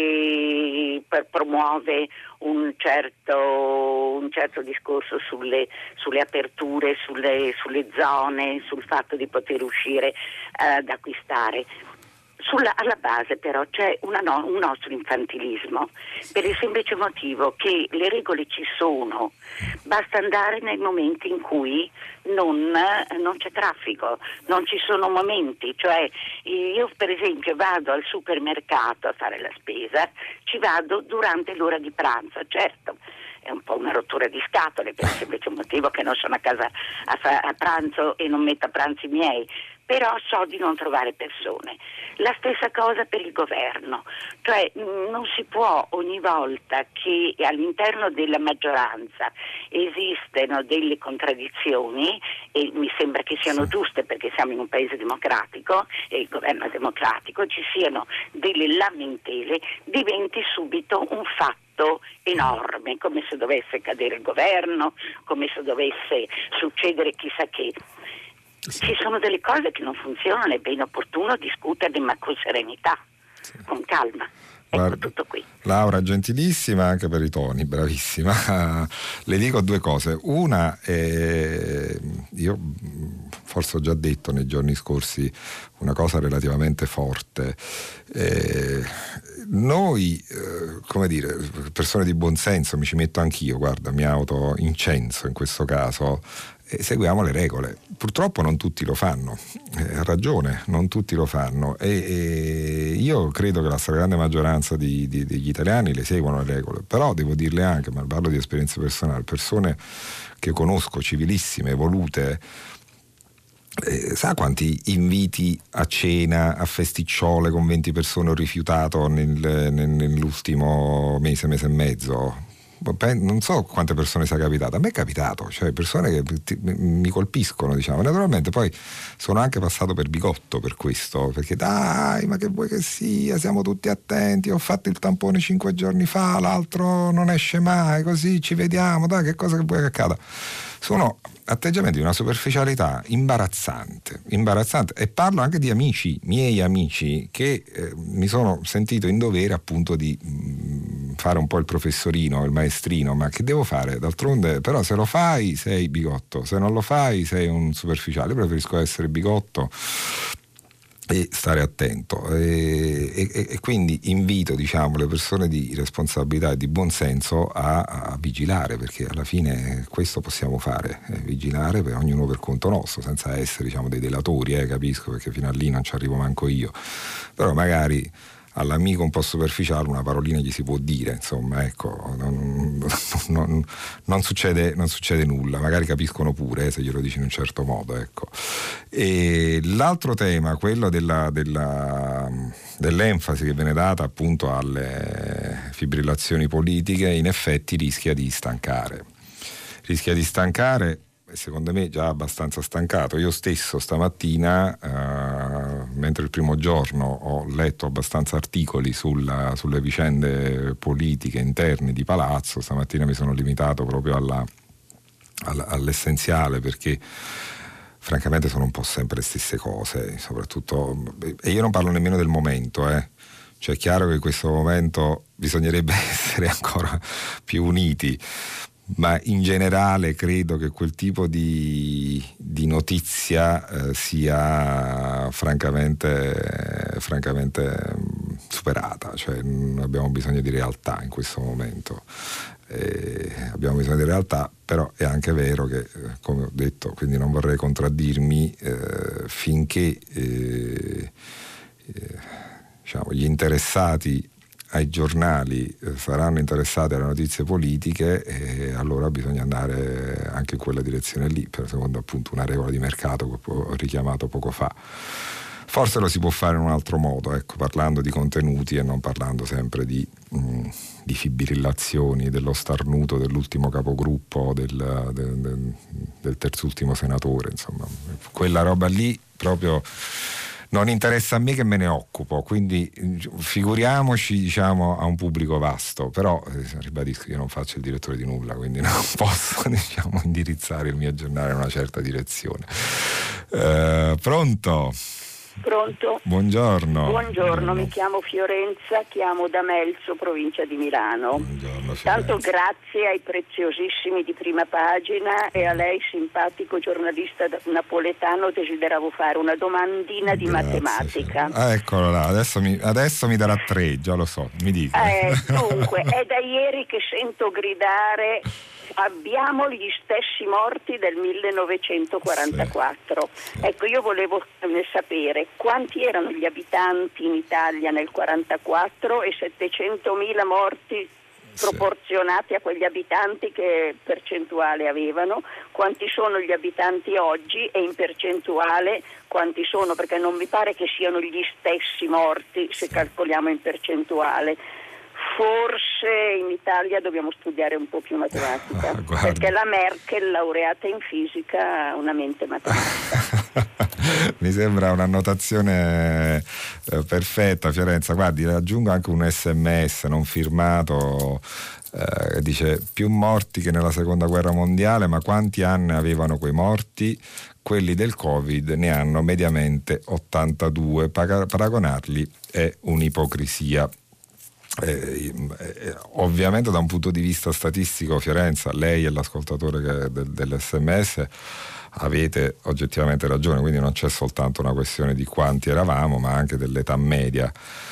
se per, promuove un certo, un certo discorso sulle, sulle aperture, sulle, sulle zone, sul fatto di poter uscire eh, ad acquistare. Sulla, alla base però c'è una no, un nostro infantilismo, per il semplice motivo che le regole ci sono, basta andare nei momenti in cui non, non c'è traffico, non ci sono momenti, cioè io per esempio vado al supermercato a fare la spesa, ci vado durante l'ora di pranzo, certo è un po' una rottura di scatole per il semplice motivo che non sono a casa a, fa- a pranzo e non metto a pranzo i miei, però so di non trovare persone. La stessa cosa per il governo, cioè non si può ogni volta che all'interno della maggioranza esistono delle contraddizioni, e mi sembra che siano giuste perché siamo in un paese democratico e il governo è democratico, ci siano delle lamentele, diventi subito un fatto enorme, come se dovesse cadere il governo, come se dovesse succedere chissà che. Sì. Ci sono delle cose che non funzionano, è ben opportuno discuterle, ma con serenità, sì. con calma. Ecco, guarda, tutto qui. Laura, gentilissima anche per i toni, bravissima. Le dico due cose. Una, eh, io forse ho già detto nei giorni scorsi una cosa relativamente forte. Eh, noi, eh, come dire, persone di buon senso, mi ci metto anch'io, guarda, mi auto incenso in questo caso, e seguiamo le regole. Purtroppo non tutti lo fanno, eh, ha ragione, non tutti lo fanno, e, e io credo che la stragrande maggioranza di, di, degli italiani le seguono le regole, però devo dirle anche, ma parlo di esperienze personali, persone che conosco, civilissime, evolute, eh, sa quanti inviti a cena, a festicciole con venti persone ho rifiutato nel, nel, nell'ultimo mese, mese e mezzo? Non so quante persone sia capitato, a me è capitato, cioè persone che ti, mi colpiscono, diciamo. Naturalmente poi sono anche passato per bigotto per questo, perché dai, ma che vuoi che sia, siamo tutti attenti, ho fatto il tampone cinque giorni fa, l'altro non esce mai, così ci vediamo, dai, che cosa che vuoi che accada. Sono atteggiamenti di una superficialità imbarazzante, imbarazzante, e parlo anche di amici, miei amici, che eh, mi sono sentito in dovere appunto di mh, fare un po' il professorino, il maestrino, ma che devo fare? D'altronde, però, se lo fai sei bigotto, se non lo fai sei un superficiale. Io preferisco essere bigotto e stare attento, e, e, e quindi invito, diciamo, le persone di responsabilità e di buonsenso a, a vigilare, perché alla fine questo possiamo fare, eh, vigilare per ognuno per conto nostro, senza essere, diciamo, dei delatori, eh, capisco, perché fino a lì non ci arrivo manco io, però magari all'amico un po' superficiale una parolina gli si può dire, insomma, ecco, non, non, non, succede, non succede nulla, magari capiscono pure eh, se glielo dici in un certo modo, ecco. E l'altro tema, quello della, della, dell'enfasi che viene data appunto alle fibrillazioni politiche, in effetti rischia di stancare, rischia di stancare. Secondo me già abbastanza stancato. Io stesso stamattina, eh, mentre il primo giorno ho letto abbastanza articoli sulla, sulle vicende politiche interne di Palazzo, stamattina mi sono limitato proprio alla, alla, all'essenziale, perché francamente sono un po' sempre le stesse cose, soprattutto, e io non parlo nemmeno del momento, eh. Cioè è chiaro che in questo momento bisognerebbe essere ancora più uniti, ma in generale credo che quel tipo di, di notizia eh, sia francamente, francamente superata, cioè non abbiamo bisogno di realtà in questo momento. Eh, abbiamo bisogno di realtà, però è anche vero che, come ho detto, quindi non vorrei contraddirmi, eh, finché eh, eh, diciamo, gli interessati ai giornali eh, saranno interessati alle notizie politiche, e allora bisogna andare anche in quella direzione lì, per secondo appunto una regola di mercato che ho richiamato poco fa. Forse lo si può fare in un altro modo, ecco, parlando di contenuti e non parlando sempre di, mh, di fibrillazioni, dello starnuto dell'ultimo capogruppo, del, del, del, del terzultimo senatore, insomma, quella roba lì proprio non interessa a me, che me ne occupo, quindi figuriamoci, diciamo, a un pubblico vasto. Però eh, ribadisco, io non faccio il direttore di nulla, quindi non posso, diciamo, indirizzare il mio giornale in una certa direzione. Eh, pronto? Pronto? Buongiorno. Buongiorno, mi chiamo Fiorenza, chiamo da Melzo, provincia di Milano. Buongiorno, Tanto grazie ai preziosissimi di Prima Pagina e a lei, simpatico giornalista napoletano, desideravo fare una domandina di grazie, matematica. Ah, eccolo là, adesso mi, adesso mi darà tre, già lo so, mi dica. Eh, dunque, è da ieri che sento gridare: abbiamo gli stessi morti del millenovecentoquarantaquattro. Sì, sì. Ecco, io volevo sapere quanti erano gli abitanti in Italia nel quarantaquattro e settecentomila morti proporzionati a quegli abitanti che percentuale avevano, quanti sono gli abitanti oggi e in percentuale quanti sono, perché non mi pare che siano gli stessi morti se calcoliamo in percentuale. Forse in Italia dobbiamo studiare un po' più matematica, ah, perché la Merkel, laureata in fisica, ha una mente matematica. Mi sembra un'annotazione eh, perfetta, Fiorenza. Guardi, aggiungo anche un sms non firmato che eh, dice: più morti che nella seconda guerra mondiale, ma quanti anni avevano quei morti? Quelli del Covid ne hanno mediamente ottantadue. Paragonarli è un'ipocrisia. Eh, eh, ovviamente da un punto di vista statistico, Fiorenza, lei e l'ascoltatore che, del, dell'esse emme esse avete oggettivamente ragione, quindi non c'è soltanto una questione di quanti eravamo, ma anche dell'età media.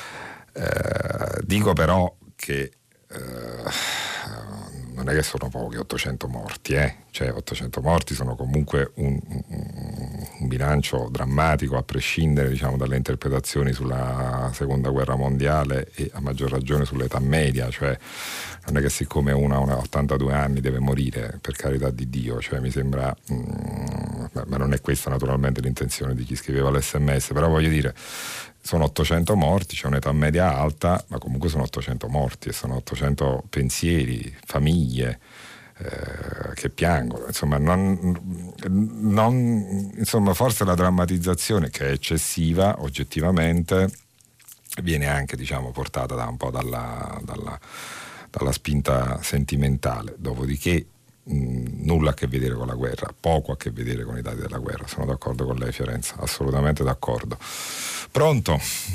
Eh, dico però che eh, non è che sono pochi ottocento morti, eh? Cioè ottocento morti sono comunque un, un, un bilancio drammatico, a prescindere, diciamo, dalle interpretazioni sulla seconda guerra mondiale e a maggior ragione sull'età media. Cioè non è che siccome uno ha ottantadue anni deve morire, per carità di Dio, cioè mi sembra mm, ma non è questa naturalmente l'intenzione di chi scriveva l'esse emme esse, però voglio dire, sono ottocento morti, c'è un'età media alta, ma comunque sono ottocento morti e sono ottocento pensieri, famiglie eh, che piangono. Insomma, non, non, insomma, forse la drammatizzazione, che è eccessiva oggettivamente, viene anche, diciamo, portata da un po' dalla, dalla, dalla spinta sentimentale. Dopodiché mh, nulla a che vedere con la guerra, poco a che vedere con i dati della guerra. Sono d'accordo con lei, Fiorenza, assolutamente d'accordo. Pronto?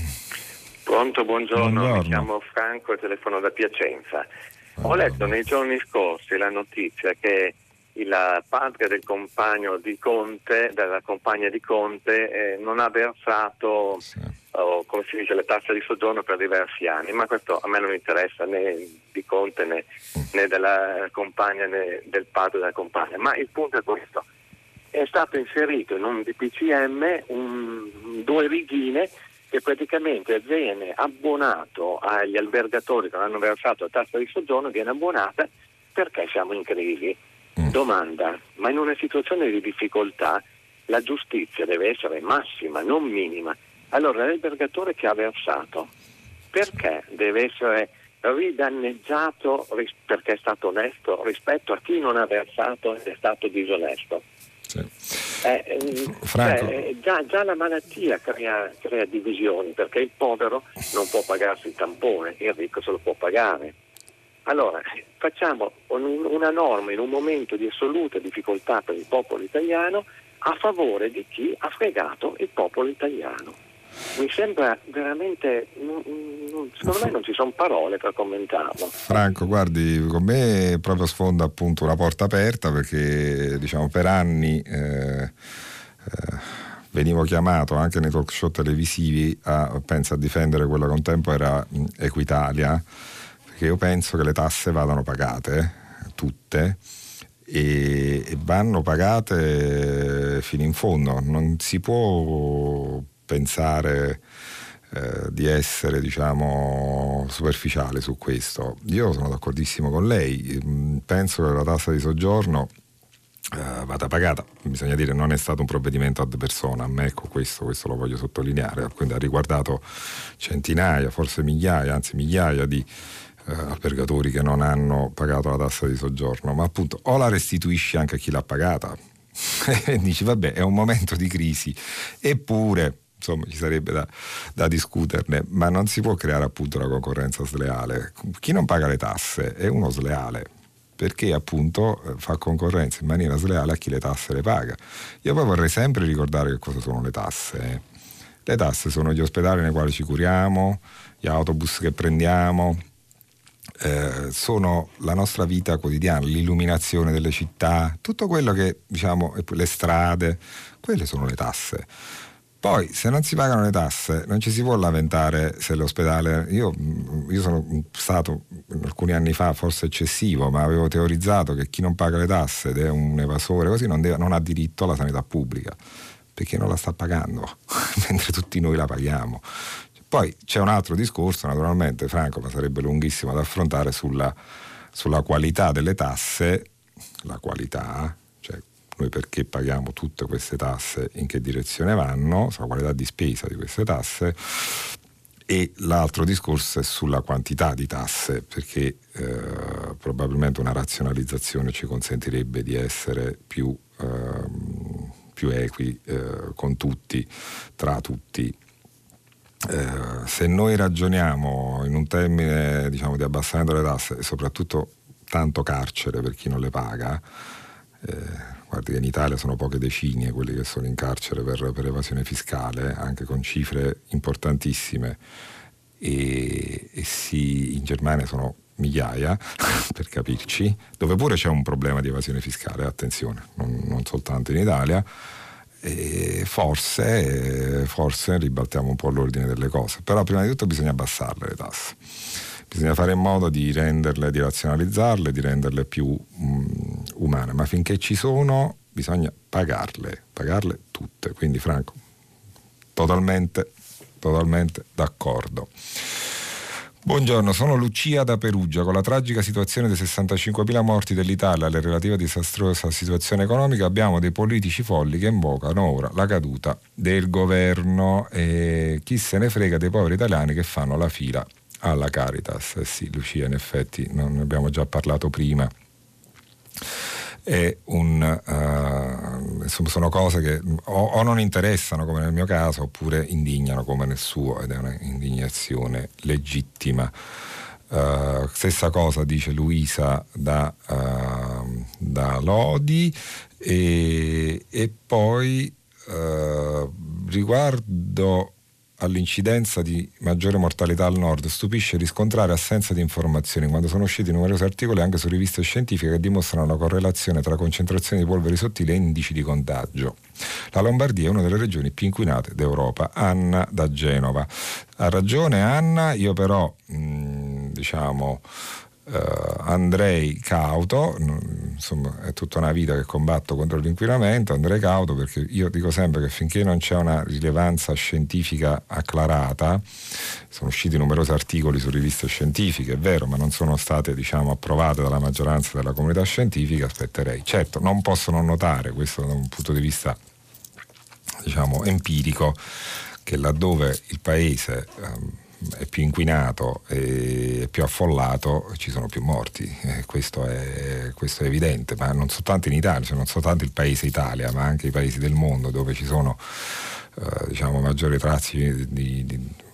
Pronto, buongiorno. Buongiorno. Mi chiamo Franco e telefono da Piacenza. Buongiorno. Ho letto nei giorni scorsi la notizia che il padre del compagno di Conte, della compagna di Conte, eh, non ha versato, sì. oh, come si dice, le tasse di soggiorno per diversi anni, ma questo a me non interessa né di Conte né, mm. né della compagna né del padre della compagna. Ma il punto è questo: è stato inserito in un D P C M un, due righine che praticamente viene abbonato agli albergatori che non hanno versato la tassa di soggiorno, viene abbonata perché siamo in crisi. Mm. Domanda: ma in una situazione di difficoltà la giustizia deve essere massima, non minima. Allora l'albergatore che ha versato, perché deve essere ridanneggiato ris- perché è stato onesto rispetto a chi non ha versato ed è stato disonesto? Sì. Eh, Franco. Cioè, già, già la malattia crea, crea divisioni, perché il povero non può pagarsi il tampone, il ricco se lo può pagare. Allora facciamo un, una norma in un momento di assoluta difficoltà per il popolo italiano a favore di chi ha fregato il popolo italiano. mi sembra veramente, non, non, secondo me non ci sono parole per commentarlo. Franco, guardi, con me proprio sfonda appunto una porta aperta, perché diciamo per anni eh, eh, venivo chiamato anche nei talk show televisivi a, penso, a difendere quella che un tempo era Equitalia, perché io penso che le tasse vadano pagate, tutte, e, e vanno pagate fino in fondo. Non si può pensare eh, di essere, diciamo, superficiale su questo. Io sono d'accordissimo con lei, penso che la tassa di soggiorno eh, vada pagata. Bisogna dire, non è stato un provvedimento ad personam, ecco, questo, questo lo voglio sottolineare, quindi ha riguardato centinaia, forse migliaia, anzi migliaia di eh, albergatori che non hanno pagato la tassa di soggiorno, ma appunto o la restituisci anche a chi l'ha pagata e dici vabbè, è un momento di crisi, eppure insomma ci sarebbe da, da discuterne, ma non si può creare appunto una concorrenza sleale. Chi non paga le tasse è uno sleale, perché appunto fa concorrenza in maniera sleale a chi le tasse le paga. Io poi vorrei sempre ricordare che cosa sono le tasse. eh. Le tasse sono gli ospedali nei quali ci curiamo, gli autobus che prendiamo, eh, sono la nostra vita quotidiana, l'illuminazione delle città, tutto quello che, diciamo, le strade, quelle sono le tasse. Poi se non si pagano le tasse non ci si può lamentare se l'ospedale, io, io sono stato alcuni anni fa forse eccessivo, ma avevo teorizzato che chi non paga le tasse ed è un evasore così non, deve, non ha diritto alla sanità pubblica, perché non la sta pagando mentre tutti noi la paghiamo. Poi c'è un altro discorso, naturalmente, Franco, ma sarebbe lunghissimo da affrontare, sulla, sulla qualità delle tasse, la qualità, cioè noi perché paghiamo tutte queste tasse, in che direzione vanno, sulla qualità di spesa di queste tasse, e l'altro discorso è sulla quantità di tasse, perché eh, probabilmente una razionalizzazione ci consentirebbe di essere più, eh, più equi eh, con tutti, tra tutti. Eh, se noi ragioniamo in un termine, diciamo, di abbassamento delle tasse e soprattutto tanto carcere per chi non le paga, eh, guardi che in Italia sono poche decine quelli che sono in carcere per, per evasione fiscale, anche con cifre importantissime, e, e sì, in Germania sono migliaia per capirci, dove pure c'è un problema di evasione fiscale, attenzione, non, non soltanto in Italia. E forse, forse ribaltiamo un po' l'ordine delle cose, però prima di tutto bisogna abbassarle le tasse, bisogna fare in modo di renderle, di razionalizzarle, di renderle più um, umane, ma finché ci sono bisogna pagarle, pagarle tutte. Quindi Franco, totalmente, totalmente d'accordo. Buongiorno, sono Lucia da Perugia. Con la tragica situazione dei sessantacinquemila morti dell'Italia e la relativa disastrosa situazione economica, abbiamo dei politici folli che invocano ora la caduta del governo, e chi se ne frega dei poveri italiani che fanno la fila alla Caritas. Eh sì, Lucia, in effetti non ne abbiamo già parlato prima. È un, uh, insomma, sono cose che o, o non interessano, come nel mio caso, oppure indignano come nel suo, ed è un'indignazione legittima. Uh, stessa cosa dice Luisa da, uh, da Lodi, e, e poi uh, riguardo all'incidenza di maggiore mortalità al nord, stupisce riscontrare assenza di informazioni quando sono usciti numerosi articoli anche su riviste scientifiche che dimostrano una correlazione tra concentrazioni di polveri sottili e indici di contagio. La Lombardia è una delle regioni più inquinate d'Europa. Anna da Genova. Ha ragione Anna, io però mh, diciamo Uh, andrei cauto, insomma è tutta una vita che combatto contro l'inquinamento, andrei cauto, perché io dico sempre che finché non c'è una rilevanza scientifica acclarata, sono usciti numerosi articoli su riviste scientifiche, è vero, ma non sono state, diciamo, approvate dalla maggioranza della comunità scientifica, aspetterei. Certo, non posso non notare, questo da un punto di vista, diciamo, empirico, che laddove il paese um, è più inquinato e più affollato ci sono più morti, eh, questo, è, questo è evidente, ma non soltanto in Italia, cioè non soltanto il paese Italia, ma anche i paesi del mondo dove ci sono eh, diciamo maggiori trassi di, di,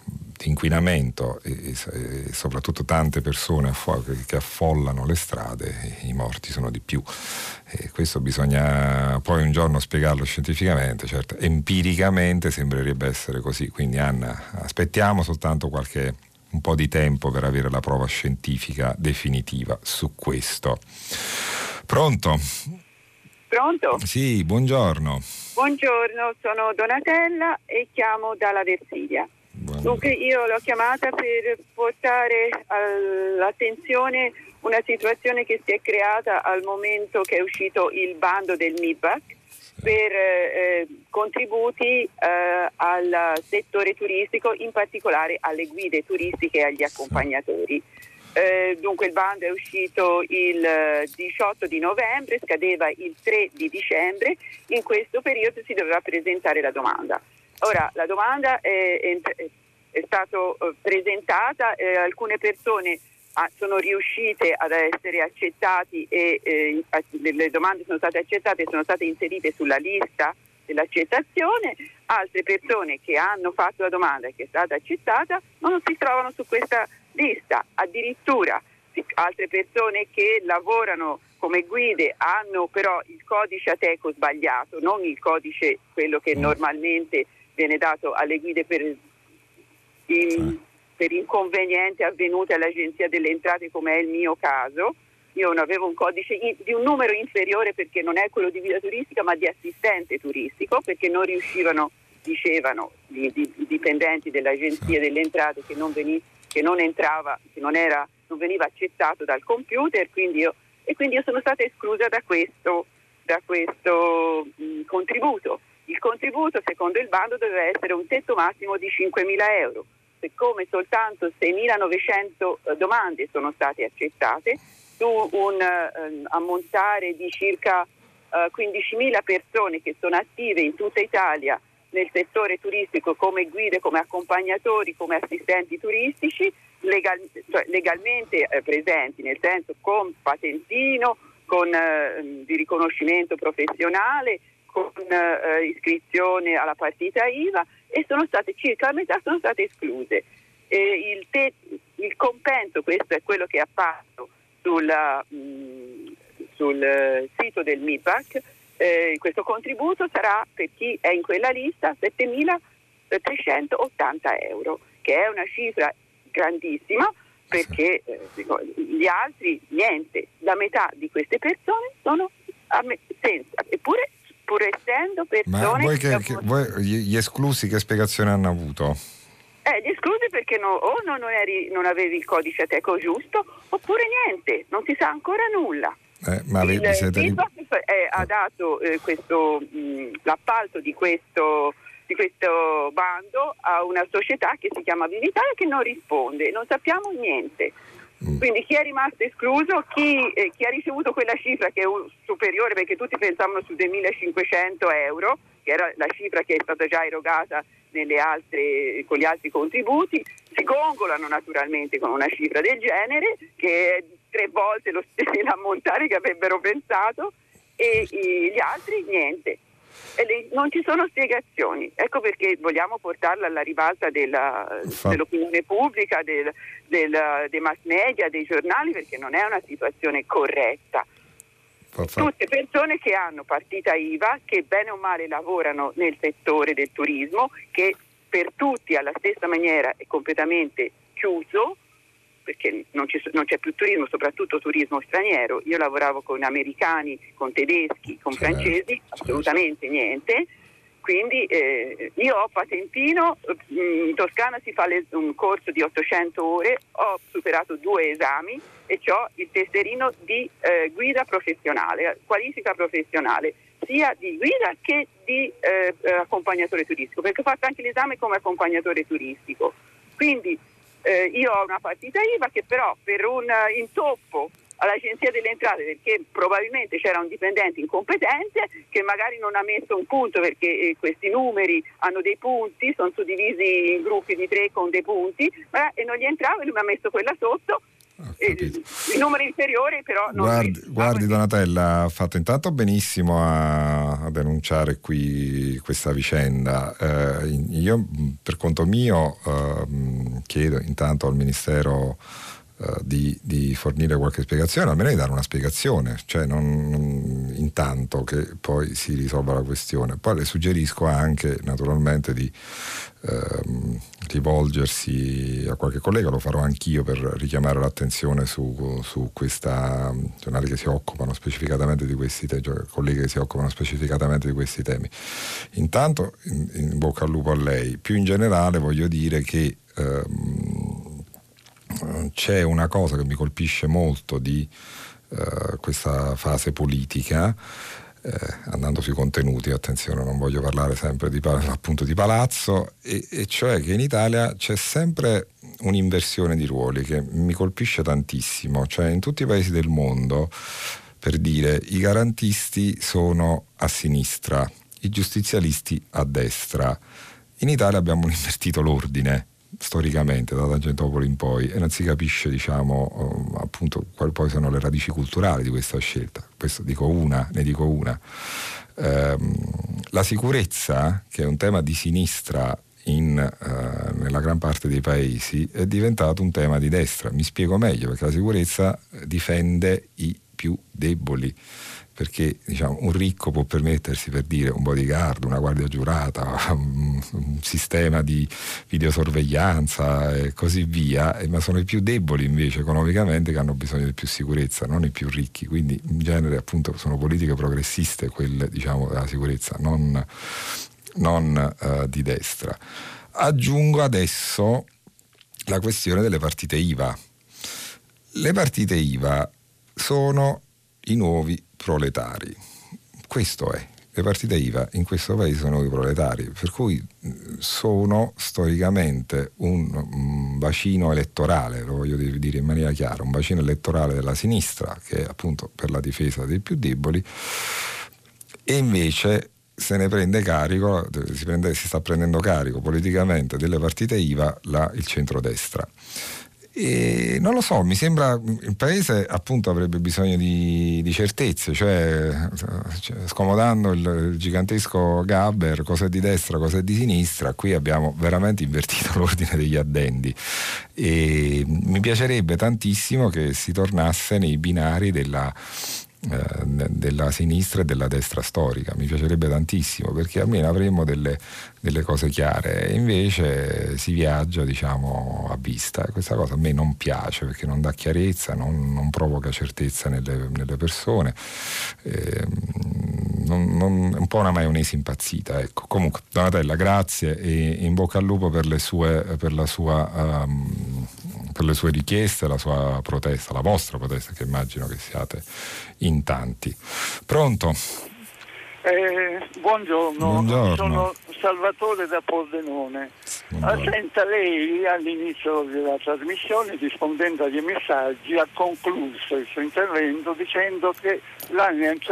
di inquinamento e, e soprattutto tante persone affu- che affollano le strade, i morti sono di più. E questo bisogna poi un giorno spiegarlo scientificamente, certo, empiricamente sembrerebbe essere così, quindi Anna, aspettiamo soltanto qualche un po' di tempo per avere la prova scientifica definitiva su questo. Pronto? Pronto? Sì, buongiorno. Buongiorno, sono Donatella e chiamo dalla Versilia. Buongiorno. Dunque io l'ho chiamata per portare all'attenzione una situazione che si è creata al momento che è uscito il bando del M I B A C per eh, contributi eh, al settore turistico, in particolare alle guide turistiche e agli accompagnatori. Eh, dunque il bando è uscito il diciotto di novembre, scadeva il tre di dicembre, in questo periodo si doveva presentare la domanda. Ora la domanda è, è, è stata eh, presentata, eh, alcune persone ah, sono riuscite ad essere accettati e eh, le domande sono state accettate e sono state inserite sulla lista dell'accettazione, altre persone che hanno fatto la domanda e che è stata accettata non si trovano su questa lista, addirittura altre persone che lavorano come guide hanno però il codice Ateco sbagliato, non il codice quello che normalmente viene dato alle guide per, in, per inconvenienti avvenuti all'Agenzia delle Entrate, come è il mio caso. Io non avevo un codice in, di un numero inferiore perché non è quello di guida turistica ma di assistente turistico, perché non riuscivano, dicevano i dipendenti dell'Agenzia delle Entrate che non venisse che non entrava, che non era, non veniva accettato dal computer, quindi io, e quindi io sono stata esclusa da questo, da questo mh, contributo. Il contributo, secondo il bando, doveva essere un tetto massimo di cinquemila euro. Siccome soltanto seimilanovecento eh, domande sono state accettate, su un eh, ammontare di circa eh, quindicimila persone che sono attive in tutta Italia nel settore turistico come guide, come accompagnatori, come assistenti turistici, legal, cioè legalmente eh, presenti, nel senso con patentino, con eh, di riconoscimento professionale, con eh, iscrizione alla partita I V A, e sono state circa la metà sono state escluse. E il, te, il compenso, questo è quello che è apparso sulla, mh, sul sito del M I B A C. Eh, questo contributo sarà per chi è in quella lista settemilatrecentottanta euro, che è una cifra grandissima perché eh, gli altri niente, la metà di queste persone sono me- senza, eppure pur essendo persone. Ma voi, che, che, voi gli esclusi che spiegazione hanno avuto? Eh, gli esclusi perché no, o non, non, eri, non avevi il codice Ateco giusto oppure niente, non si sa ancora nulla. Eh, ma il siete... M I B A C eh, ha dato eh, questo, mh, l'appalto di questo, di questo bando a una società che si chiama Vivitalia, che non risponde, non sappiamo niente. Mm. Quindi chi è rimasto escluso, chi, eh, chi ha ricevuto quella cifra che è un, superiore, perché tutti pensavano su duemilacinquecento euro, che era la cifra che è stata già erogata nelle altre, con gli altri contributi, si gongolano naturalmente con una cifra del genere che è tre volte lo l'ammontare che avrebbero pensato, e, e gli altri niente. E le, non ci sono spiegazioni. Ecco perché vogliamo portarla alla ribalta della, dell'opinione pubblica, del, del, dei mass media, dei giornali, perché non è una situazione corretta. Tutte persone che hanno partita I V A, che bene o male lavorano nel settore del turismo, che per tutti alla stessa maniera è completamente chiuso, perché non, ci, non c'è più turismo, soprattutto turismo straniero. Io lavoravo con americani, con tedeschi, con certo, francesi, assolutamente certo. niente. Quindi eh, io ho patentino, in Toscana si fa le, un corso di ottocento ore, ho superato due esami e ho il tesserino di eh, guida professionale, qualifica professionale, sia di guida che di eh, accompagnatore turistico, perché ho fatto anche l'esame come accompagnatore turistico. Quindi eh, io ho una partita I V A che però per un uh, intoppo all'Agenzia delle Entrate, perché probabilmente c'era un dipendente incompetente che magari non ha messo un punto, perché eh, questi numeri hanno dei punti, sono suddivisi in gruppi di tre con dei punti, eh, e non gli entrava, e lui mi ha messo quella sotto, il numero inferiore però non guardi, è. guardi Donatella, ha fatto intanto benissimo a, a denunciare qui questa vicenda. Eh, io per conto mio eh, chiedo intanto al Ministero eh, di, di fornire qualche spiegazione, almeno di dare una spiegazione, cioè non, non intanto che poi si risolva la questione. Poi le suggerisco anche naturalmente di ehm, rivolgersi a qualche collega, lo farò anch'io per richiamare l'attenzione su, su questa giornali che si occupano specificatamente di questi temi, cioè colleghe che si occupano specificatamente di questi temi. Intanto in, in bocca al lupo a lei. Più in generale voglio dire che ehm, c'è una cosa che mi colpisce molto di eh, questa fase politica. Eh, andando sui contenuti, attenzione, non voglio parlare sempre di, appunto di palazzo, e, e cioè che in Italia c'è sempre un'inversione di ruoli che mi colpisce tantissimo. Cioè in tutti i paesi del mondo, per dire, i garantisti sono a sinistra, i giustizialisti a destra. In Italia abbiamo invertito l'ordine storicamente da Tangentopoli in poi, e non si capisce, diciamo, appunto quali poi sono le radici culturali di questa scelta. Questo dico una, ne dico una. Ehm, la sicurezza, che è un tema di sinistra in, eh, nella gran parte dei paesi, è diventato un tema di destra. Mi spiego meglio, perché la sicurezza difende i più deboli, perché diciamo un ricco può permettersi, per dire, un bodyguard, una guardia giurata, un, un sistema di videosorveglianza e così via, ma sono i più deboli invece economicamente che hanno bisogno di più sicurezza, non i più ricchi. Quindi in genere appunto sono politiche progressiste quelle, diciamo, della sicurezza, non, non uh, di destra. Aggiungo adesso la questione delle partite I V A. Le partite I V A sono i nuovi proletari. Questo è. Le partite I V A in questo paese sono nuovi proletari, per cui sono storicamente un, un bacino elettorale, lo voglio dire in maniera chiara, un bacino elettorale della sinistra, che è appunto per la difesa dei più deboli, e invece se ne prende carico, si, prende, si sta prendendo carico politicamente delle partite I V A la, il centrodestra. E non lo so, mi sembra il paese appunto avrebbe bisogno di, di certezze, cioè, cioè scomodando il, il gigantesco Gabber, cos'è di destra, cos'è di sinistra. Qui abbiamo veramente invertito l'ordine degli addendi, e mi piacerebbe tantissimo che si tornasse nei binari della Eh, della sinistra e della destra storica. Mi piacerebbe tantissimo, perché almeno avremmo delle, delle cose chiare, e invece si viaggia, diciamo, a vista, e questa cosa a me non piace, perché non dà chiarezza, non, non provoca certezza nelle, nelle persone, eh, non, non, è un po' una maionese impazzita, ecco. Comunque Donatella, grazie, e in bocca al lupo per le sue, per la sua um, per le sue richieste, la sua protesta, la vostra protesta, che immagino che siate in tanti. Pronto? Eh, buongiorno. Buongiorno, sono Salvatore da Pordenone. Senta, lei all'inizio della trasmissione, rispondendo agli messaggi, ha concluso il suo intervento dicendo che la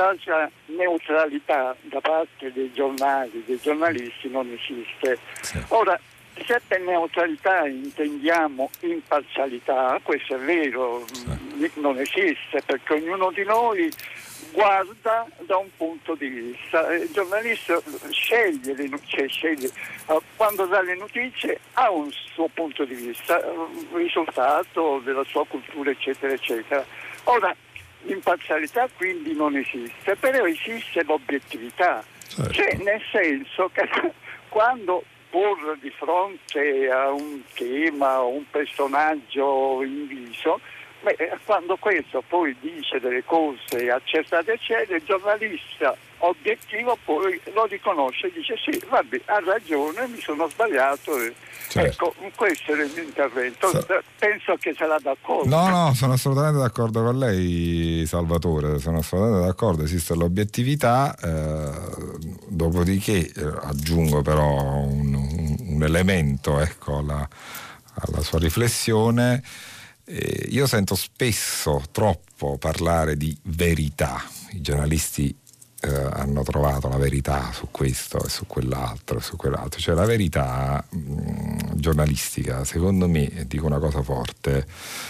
neutralità da parte dei giornali, dei giornalisti, non esiste. Sì. Ora, se per neutralità intendiamo imparzialità, questo è vero, sì, non esiste, perché ognuno di noi guarda da un punto di vista. Il giornalista sceglie, le, cioè sceglie quando dà le notizie, ha un suo punto di vista, un risultato della sua cultura, eccetera, eccetera. Ora, l'imparzialità quindi non esiste, però esiste l'obiettività, certo. Cioè nel senso che quando porre di fronte a un tema o un personaggio inviso, beh, quando questo poi dice delle cose accertate, eccetera, il giornalista obiettivo poi lo riconosce e dice sì, vabbè, ha ragione, mi sono sbagliato. Certo. Ecco, questo è il mio intervento. Sa- Penso che sarà d'accordo. No, no, sono assolutamente d'accordo con lei, Salvatore, sono assolutamente d'accordo, esiste l'obiettività, eh, dopodiché eh, aggiungo però un, un, un elemento, ecco, alla, alla sua riflessione. Eh, io sento spesso, troppo, parlare di verità. I giornalisti eh, hanno trovato la verità su questo e su quell'altro e su quell'altro. Cioè la verità mh, giornalistica, secondo me, e dico una cosa forte,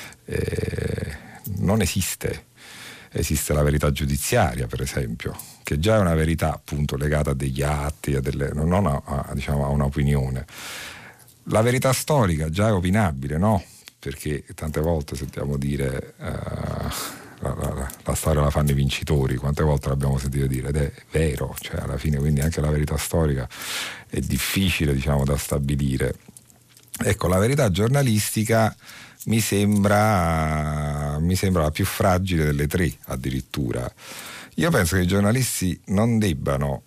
eh, non esiste. Esiste la verità giudiziaria, per esempio, che già è una verità appunto legata a degli atti, a delle, non a, a, diciamo, a un'opinione. La verità storica già è opinabile, no? Perché tante volte sentiamo dire uh, la, la, la storia la fanno i vincitori, quante volte l'abbiamo sentito dire, ed è vero, cioè alla fine quindi anche la verità storica è difficile, diciamo, da stabilire. Ecco, la verità giornalistica mi sembra, mi sembra la più fragile delle tre addirittura. Io penso che i giornalisti non debbano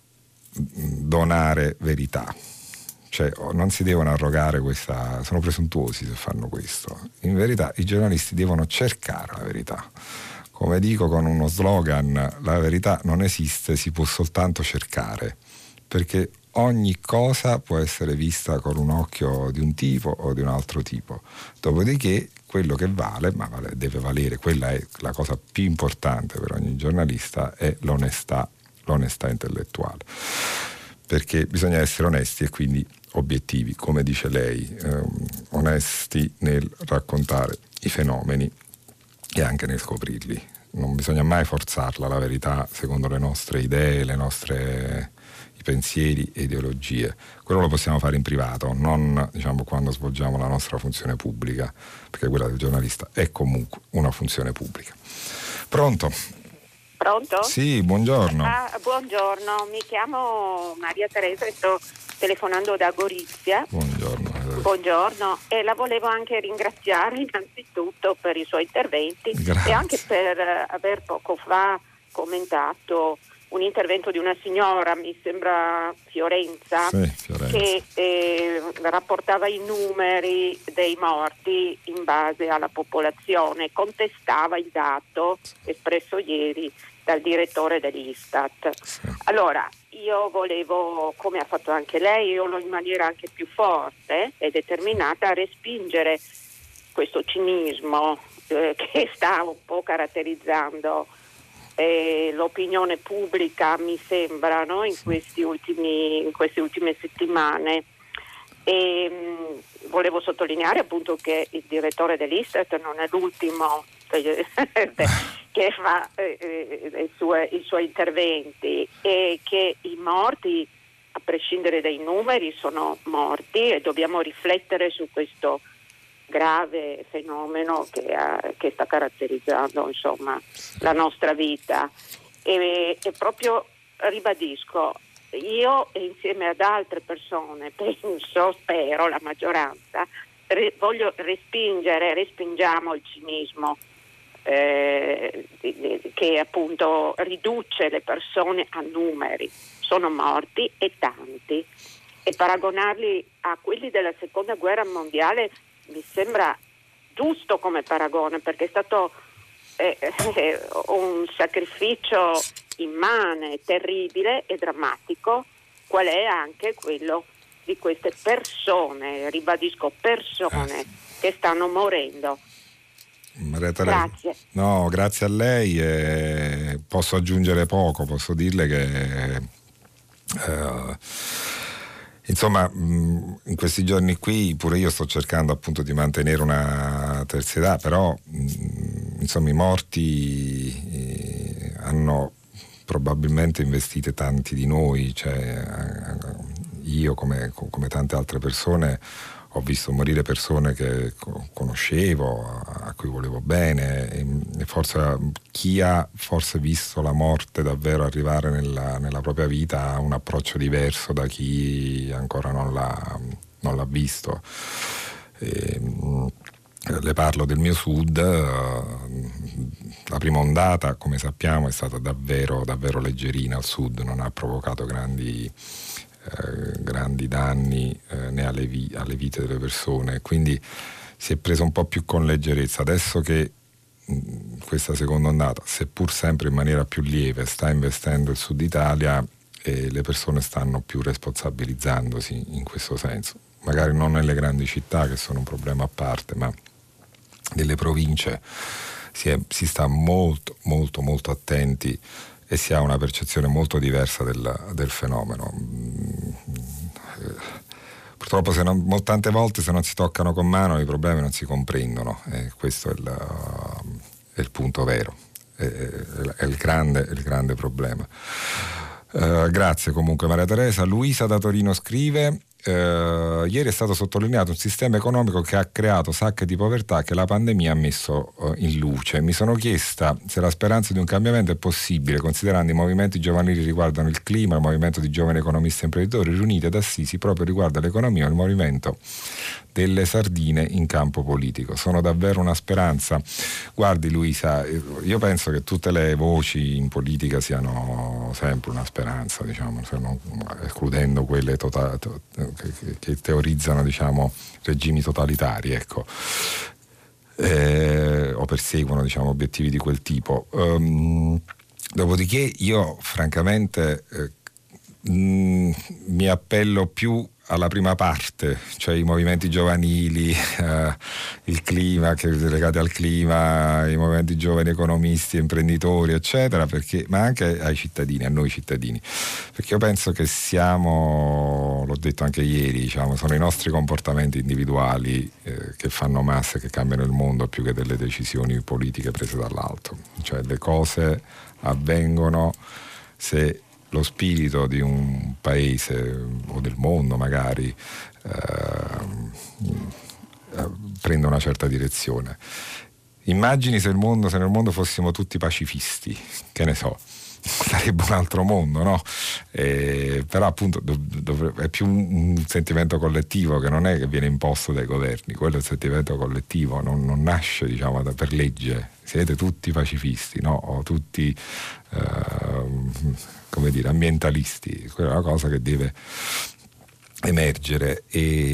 donare verità, cioè non si devono arrogare questa, sono presuntuosi se fanno questo. In verità i giornalisti devono cercare la verità. Come dico con uno slogan, la verità non esiste, si può soltanto cercare, perché ogni cosa può essere vista con un occhio di un tipo o di un altro tipo. Dopodiché quello che vale, ma vale, deve valere, quella è la cosa più importante per ogni giornalista, è l'onestà, l'onestà intellettuale. Perché bisogna essere onesti e quindi obiettivi, come dice lei, ehm, onesti nel raccontare i fenomeni e anche nel scoprirli. Non bisogna mai forzarla la verità secondo le nostre idee, le nostre pensieri e ideologie. Quello lo possiamo fare in privato, non diciamo quando svolgiamo la nostra funzione pubblica, perché quella del giornalista è comunque una funzione pubblica. Pronto? Pronto? Sì, buongiorno. Ah, buongiorno, mi chiamo Maria Teresa e sto telefonando da Gorizia. Buongiorno. Buongiorno, e la volevo anche ringraziare innanzitutto per i suoi interventi. Grazie. E anche per aver poco fa commentato un intervento di una signora, mi sembra Fiorenza, sì, Fiorenza. che eh, rapportava i numeri dei morti in base alla popolazione, contestava il dato espresso ieri dal direttore dell'Istat. Sì. Allora, io volevo, come ha fatto anche lei, io in maniera anche più forte e determinata, a respingere questo cinismo eh, che sta un po' caratterizzando Eh, l'opinione pubblica, mi sembra, no? in, questi ultimi, in queste ultime settimane. E, mh, volevo sottolineare appunto che il direttore dell'Istat non è l'ultimo che fa eh, i, suoi, i suoi interventi, e che i morti, a prescindere dai numeri, sono morti, e dobbiamo riflettere su questo grave fenomeno che, ha, che sta caratterizzando insomma la nostra vita. E, e proprio ribadisco, io insieme ad altre persone, penso, spero, la maggioranza, re, voglio respingere, respingiamo il cinismo eh, che appunto riduce le persone a numeri. Sono morti e tanti, e paragonarli a quelli della seconda guerra mondiale mi sembra giusto come paragone, perché è stato eh, eh, un sacrificio immane, terribile e drammatico, qual è anche quello di queste persone, ribadisco persone, eh. che stanno morendo. Maria Teresa, grazie. No, grazie a lei. Eh, posso aggiungere poco, posso dirle che eh, insomma, in questi giorni qui pure io sto cercando appunto di mantenere una terzietà, però insomma i morti eh, hanno probabilmente investito tanti di noi, cioè io come, come tante altre persone ho visto morire persone che conoscevo, a cui volevo bene, e forse chi ha forse visto la morte davvero arrivare nella, nella propria vita ha un approccio diverso da chi ancora non l'ha, non l'ha visto. E, le parlo del mio sud, la prima ondata, come sappiamo, è stata davvero, davvero leggerina al sud, non ha provocato grandi Eh, grandi danni eh, né alle, vi- alle vite delle persone, quindi si è preso un po' più con leggerezza. Adesso che mh, questa seconda ondata, seppur sempre in maniera più lieve, sta investendo il Sud Italia, e le persone stanno più responsabilizzandosi in questo senso, magari non nelle grandi città che sono un problema a parte, ma nelle province si, è, si sta molto molto molto attenti e si ha una percezione molto diversa del, del fenomeno. Purtroppo se non, tante volte se non si toccano con mano i problemi non si comprendono, e questo è il, è il punto vero, è, è, il grande, è il grande problema. Uh, grazie comunque Maria Teresa. Luisa da Torino scrive: Uh, ieri è stato sottolineato un sistema economico che ha creato sacche di povertà che la pandemia ha messo uh, in luce. Mi sono chiesta se la speranza di un cambiamento è possibile, considerando i movimenti giovanili riguardano il clima, il movimento di giovani economisti e imprenditori riuniti ad Assisi proprio riguarda l'economia, il movimento delle sardine in campo politico. Sono davvero una speranza. Guardi Luisa, io penso che tutte le voci in politica siano sempre una speranza, diciamo, se non, escludendo quelle totali, Che, che teorizzano, diciamo, regimi totalitari, ecco, eh, o perseguono, diciamo, obiettivi di quel tipo. Um, dopodiché io francamente eh, mh, mi appello più alla prima parte, cioè i movimenti giovanili, eh, il clima, che legati al clima, i movimenti giovani economisti, imprenditori, eccetera, perché, ma anche ai cittadini, a noi cittadini, perché io penso che siamo, l'ho detto anche ieri, diciamo, sono i nostri comportamenti individuali eh, che fanno massa e che cambiano il mondo più che delle decisioni politiche prese dall'alto. Cioè le cose avvengono se lo spirito di un paese o del mondo magari eh, prende una certa direzione. Immagini se il mondo, se nel mondo fossimo tutti pacifisti, che ne so, sarebbe un altro mondo, no? Eh, però appunto dov- dov- è più un, un sentimento collettivo che non è che viene imposto dai governi, quello è il sentimento collettivo, non, non nasce, diciamo, da, per legge. Siete tutti pacifisti, no? O tutti eh, come dire, ambientalisti. Quella è una cosa che deve emergere.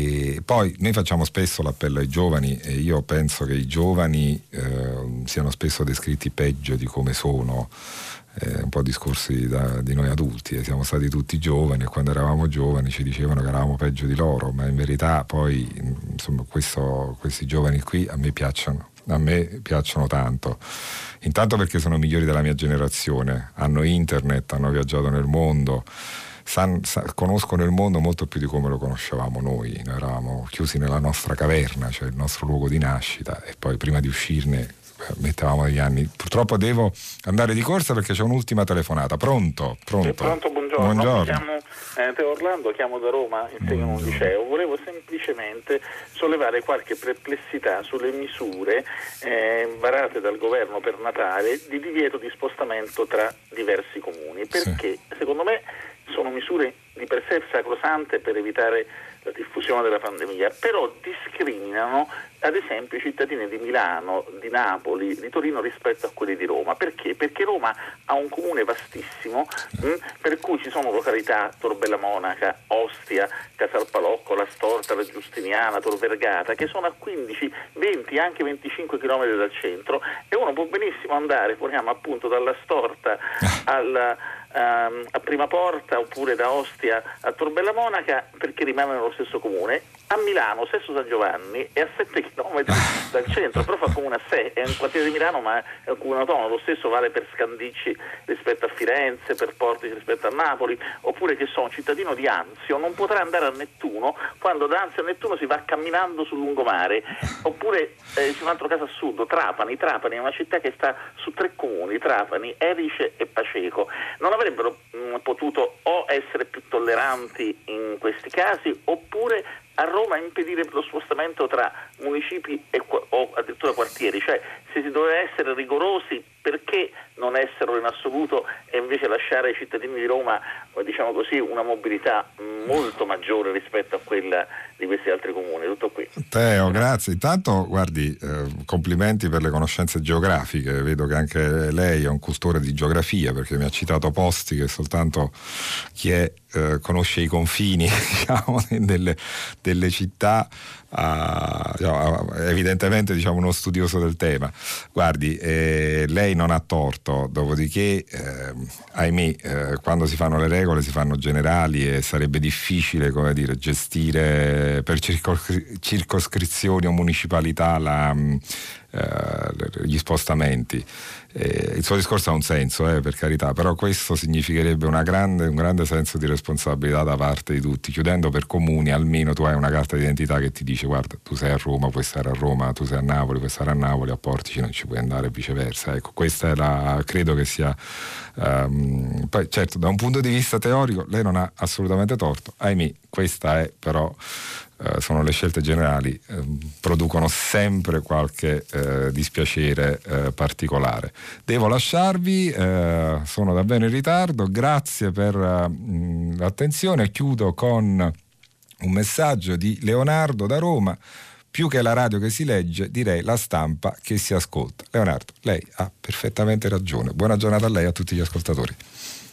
E poi noi facciamo spesso l'appello ai giovani, e io penso che i giovani eh, siano spesso descritti peggio di come sono. Eh, un po' discorsi da, di noi adulti, eh, siamo stati tutti giovani e quando eravamo giovani ci dicevano che eravamo peggio di loro, ma in verità poi insomma questo, questi giovani qui a me piacciono, a me piacciono tanto, intanto perché sono migliori della mia generazione, hanno internet, hanno viaggiato nel mondo, san, san, conoscono il mondo molto più di come lo conoscevamo noi, noi eravamo chiusi nella nostra caverna, cioè il nostro luogo di nascita, e poi prima di uscirne mettevamo degli anni. Purtroppo devo andare di corsa perché c'è un'ultima telefonata. Pronto? Pronto? Pronto, buongiorno. Buongiorno. Chiamo eh, Teo Orlando, chiamo da Roma, insegno in un liceo. Volevo semplicemente sollevare qualche perplessità sulle misure eh, varate dal governo per Natale di divieto di spostamento tra diversi comuni, perché sì. secondo me sono misure di per sé sacrosante per evitare la diffusione della pandemia, però discriminano ad esempio i cittadini di Milano, di Napoli, di Torino rispetto a quelli di Roma. Perché? Perché Roma ha un comune vastissimo, mh, per cui ci sono località, Tor Bella Monaca, Ostia, Casalpalocco, La Storta, La Giustiniana, Tor Vergata, che sono a quindici, venti, anche venticinque chilometri dal centro, e uno può benissimo andare, poniamo appunto dalla Storta alla Um, a Prima Porta, oppure da Ostia a Tor Bella Monaca, perché rimane nello stesso comune. A Milano, Sesto San Giovanni è a sette chilometri dal centro, però fa comune a sé, è un quartiere di Milano ma è un comune autonomo. Lo stesso vale per Scandicci rispetto a Firenze, per Portici rispetto a Napoli, oppure che so, un cittadino di Anzio non potrà andare a Nettuno quando da Anzio a Nettuno si va camminando sul lungomare. Oppure eh, c'è un altro caso assurdo, Trapani. Trapani è una città che sta su tre comuni, Trapani, Erice e Paceco. Non avrebbero mh, potuto o essere più tolleranti in questi casi, oppure a Roma impedire lo spostamento tra municipi e, o addirittura quartieri? Cioè, se si doveva essere rigorosi, perché non essere in assoluto e invece lasciare ai cittadini di Roma, diciamo così, una mobilità molto maggiore rispetto a quella di questi altri comuni? Tutto qui. Teo, grazie. Intanto, guardi, eh, complimenti per le conoscenze geografiche. Vedo che anche lei è un custode di geografia, perché mi ha citato posti che soltanto chi è, eh, conosce i confini, diciamo, delle, delle città, uh, diciamo, evidentemente, diciamo, uno studioso del tema. Guardi, eh, lei non ha torto, dopodiché eh, ahimè eh, quando si fanno le regole si fanno generali e sarebbe difficile, come dire, gestire per circoscri- circoscrizioni o municipalità la, eh, gli spostamenti. Eh, il suo discorso ha un senso, eh, per carità, però questo significherebbe una grande, un grande senso di responsabilità da parte di tutti. Chiudendo per comuni, almeno tu hai una carta d'identità che ti dice: guarda, tu sei a Roma, puoi stare a Roma, tu sei a Napoli, puoi stare a Napoli, a Portici non ci puoi andare e viceversa. Ecco, questa è la, credo che sia um, poi certo da un punto di vista teorico lei non ha assolutamente torto, ahimè, questa è però Uh, sono le scelte generali, uh, producono sempre qualche uh, dispiacere uh, particolare. Devo lasciarvi, uh, sono davvero in ritardo, grazie per uh, l'attenzione. Chiudo con un messaggio di Leonardo da Roma: più che la radio che si legge, direi la stampa che si ascolta. Leonardo, lei ha perfettamente ragione. Buona giornata a lei e a tutti gli ascoltatori.